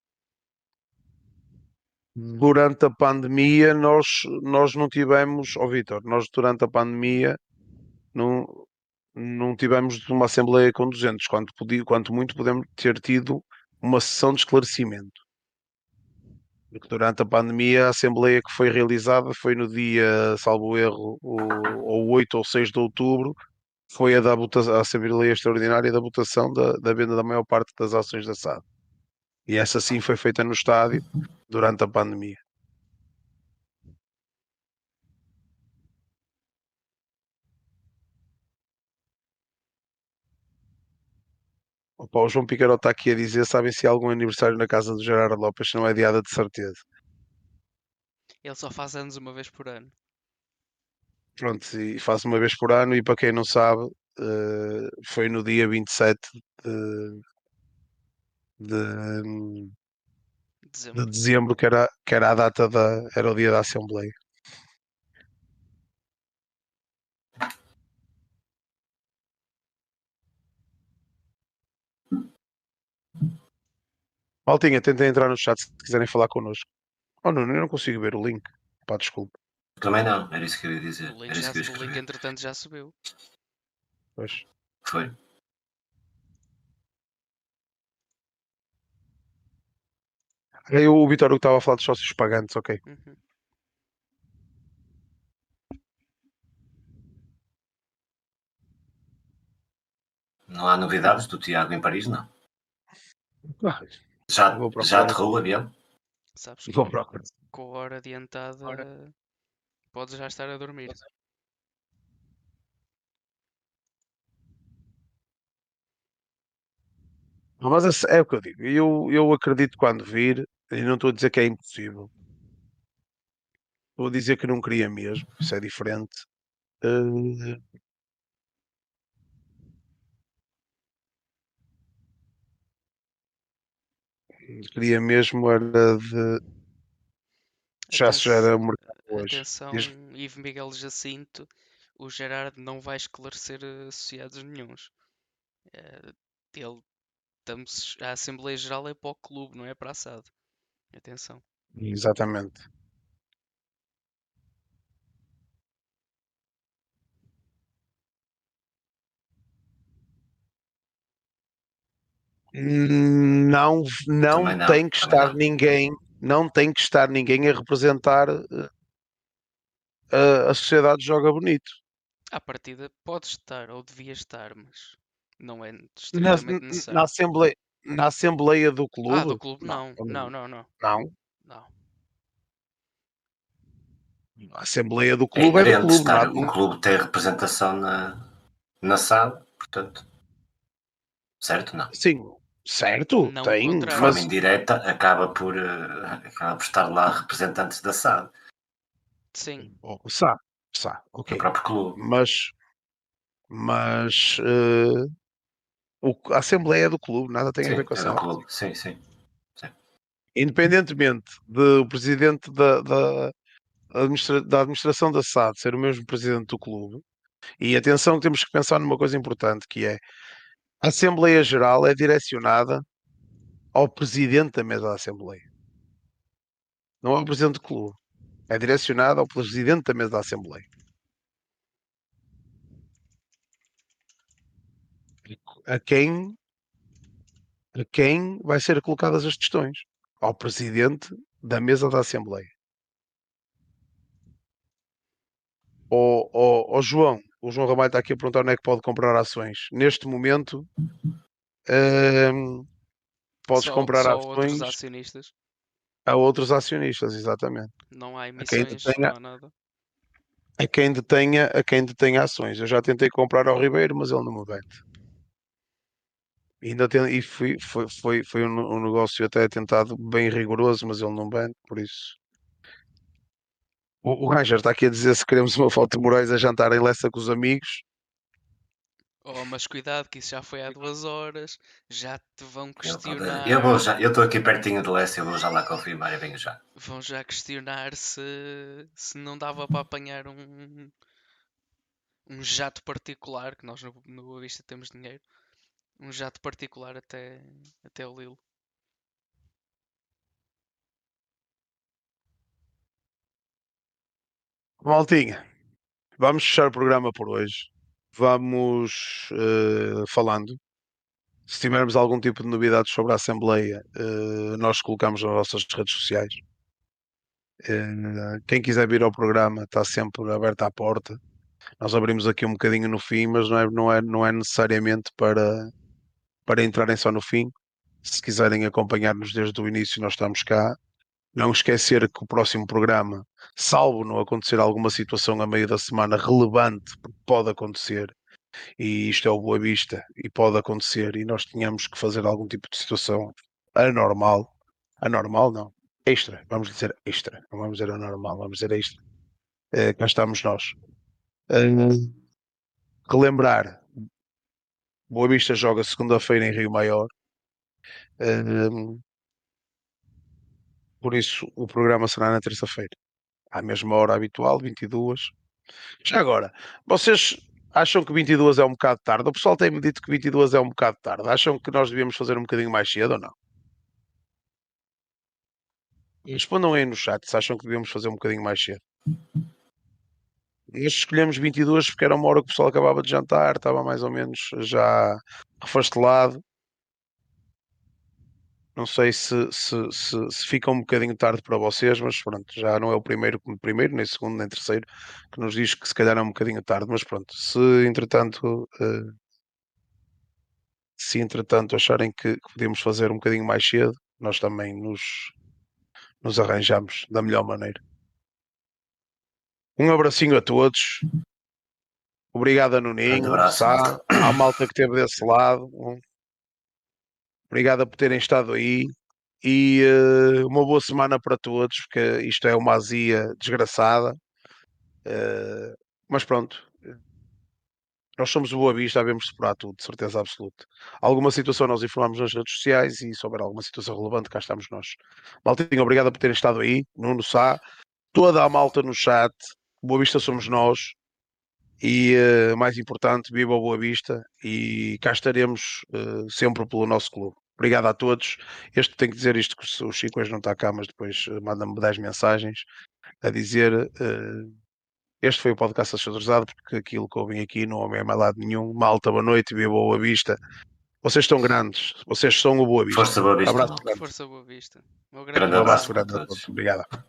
Durante a pandemia, nós, nós não tivemos, ó Vitor, nós durante a pandemia não, não tivemos uma assembleia com duzentos, quanto, podia, quanto muito podemos ter tido uma sessão de esclarecimento. Porque durante a pandemia, a assembleia que foi realizada foi no dia, salvo erro, o, ou oito ou seis de outubro, foi a da votação, a Assembleia Extraordinária da votação da, da venda da maior parte das ações da S A D. E essa sim foi feita no estádio durante a pandemia. Opa, o João Piqueiro está aqui a dizer: sabem se há algum aniversário na casa do Gerardo Lopes? Não é diada de certeza. Ele só faz anos uma vez por ano. Pronto, e faz uma vez por ano. E para quem não sabe, uh, foi no dia vinte e sete de, de, Dezembro. de dezembro, que era, que era a data da, era o dia da Assembleia. Maltinha, tentem entrar no chat se quiserem falar connosco. Oh, não, eu não consigo ver o link. Pá, desculpe. Também não, era isso que eu ia dizer. O link, Era isso já, que eu ia o link escrever. entretanto já subiu. Pois. Foi. Aí o Vitor estava a falar dos sócios pagantes, ok. Uhum. Não há novidades do Tiago em Paris, não. Ah, Já, vou já procurar aterrou o aqui. avião? Sabes, Vou com, procurar. com a hora adiantada, podes já estar a dormir. Não, mas é, é o que eu digo. Eu, eu acredito quando vir, e não estou a dizer que é impossível. Estou a dizer que não queria mesmo. Isso é diferente. Uh, queria mesmo era de. Já se Atenção, gera o mercado hoje. atenção, Diz- Ivo Miguel Jacinto, o Gerardo não vai esclarecer associados nenhuns. Eh, ele, estamos, a Assembleia Geral é para o clube, não é para a S A D. Atenção. Exatamente. Não, não Também não, tem que também estar não. ninguém, não tem que estar ninguém a representar uh, a, a sociedade Joga Bonito. À partida pode estar ou devia estar, mas não é Na, estritamente na, necessário. Assembleia, na Assembleia do Ah, do clube? clube Não, não. Não, não, não. não. Não. A Assembleia do É clube é do inerente clube. estar Não, o clube ter representação na, na sala, portanto, certo? Não. sim, certo, Não o tem, De contrário. forma mas indireta, acaba por, uh, acaba por estar lá representantes da S A D, Sim. oh, sa, sa, do ok. próprio clube. Mas, mas uh, o, a Assembleia é do clube, nada tem a ver Sim, com a é do S A D. clube. Sim, sim. sim. Independentemente do presidente da, da, administra, da administração da S A D ser o mesmo presidente do clube, e atenção que temos que pensar numa coisa importante, que é a Assembleia Geral é direcionada ao presidente da mesa da Assembleia, não ao presidente do clube. É direcionada ao presidente da mesa da Assembleia. A quem, a quem vai ser colocadas as questões? Ao presidente da mesa da Assembleia. Ó oh, oh, João, o João Ramalho está aqui a perguntar onde é que pode comprar ações. Neste momento, hum, podes Só, comprar só outros ações acionistas. a outros acionistas, exatamente. Não há A quem emissões, detenha, não há nada. a quem detenha, a quem detenha ações. Eu já tentei comprar ao Ribeiro, mas ele não me vende. E ainda tem, e fui, foi, foi, foi um, um negócio até tentado bem rigoroso, mas ele não vende, por isso. O, o Ranger está aqui a dizer se queremos uma foto de Moraes a jantar em Lessa com os amigos. Oh, mas cuidado, que isso já foi há duas horas. Já te vão questionar. Eu vou já, eu estou aqui pertinho de Leste, eu vou já lá confirmar e venho já. Vão já questionar se, se não dava para apanhar um, um jato particular, que nós no, no Boa Vista temos dinheiro. Um jato particular até, até o Lilo. Maltinha, vamos fechar o programa por hoje. Vamos eh, falando. Se tivermos algum tipo de novidades sobre a Assembleia, eh, nós colocamos nas nossas redes sociais. Eh, quem quiser vir ao programa está sempre aberto à porta. Nós abrimos aqui um bocadinho no fim, mas não é, não é, não é necessariamente para, para entrarem só no fim. Se quiserem acompanhar-nos desde o início, nós estamos cá. Não esquecer que o próximo programa, salvo não acontecer alguma situação a meio da semana relevante, porque pode acontecer, e isto é o Boa Vista, e pode acontecer, e nós tínhamos que fazer algum tipo de situação anormal. Anormal, não. Extra. Vamos dizer extra. Não vamos dizer anormal, vamos dizer extra. Uh, cá estamos nós. Uh, relembrar, Boa Vista joga segunda-feira em Rio Maior. Uh, por isso, o programa será na terça-feira. À mesma hora habitual, vinte e duas. Já agora, vocês acham que vinte e duas é um bocado tarde? O pessoal tem-me dito que vinte e duas é um bocado tarde. Acham que nós devíamos fazer um bocadinho mais cedo ou não? Respondam aí no chat se acham que devíamos fazer um bocadinho mais cedo. Nós escolhemos vinte e duas porque era uma hora que o pessoal acabava de jantar, estava mais ou menos já refastelado. Não sei se, se, se, se fica um bocadinho tarde para vocês, mas pronto, já não é o primeiro, primeiro, nem segundo, nem terceiro, que nos diz que se calhar é um bocadinho tarde, mas pronto, se entretanto, uh, se entretanto acharem que, que podemos fazer um bocadinho mais cedo, nós também nos, nos arranjamos da melhor maneira. Um abracinho a todos. Obrigado a Nuninho, abraço, Sá, malta. à malta que esteve desse lado. Obrigado por terem estado aí. E uh, uma boa semana para todos, porque isto é uma azia desgraçada. Uh, mas pronto, nós somos o Boa Vista, devemos superar tudo, de certeza absoluta. Alguma situação nós informamos nas redes sociais e se houver alguma situação relevante, cá estamos nós. Maltinho, obrigado por terem estado aí, Nuno Sá, toda a malta no chat. Boa Vista somos nós. E uh, mais importante, viva o Boa Vista e cá estaremos uh, sempre pelo nosso clube. Obrigado a todos. Este tem que dizer isto que o Chico hoje não está cá, mas depois uh, manda-me dez mensagens a dizer uh, este foi o podcast Achadrezado, porque aquilo que ouvem aqui não ouvem a mais lado nenhum. Malta, boa noite, viva o Boa Vista. Vocês estão grandes, vocês são o Boa Vista. Força Boa Vista. Abraço grande. Força Boa Vista. Um Grande grande Um abraço abraço grande para a todos. todos. Obrigado.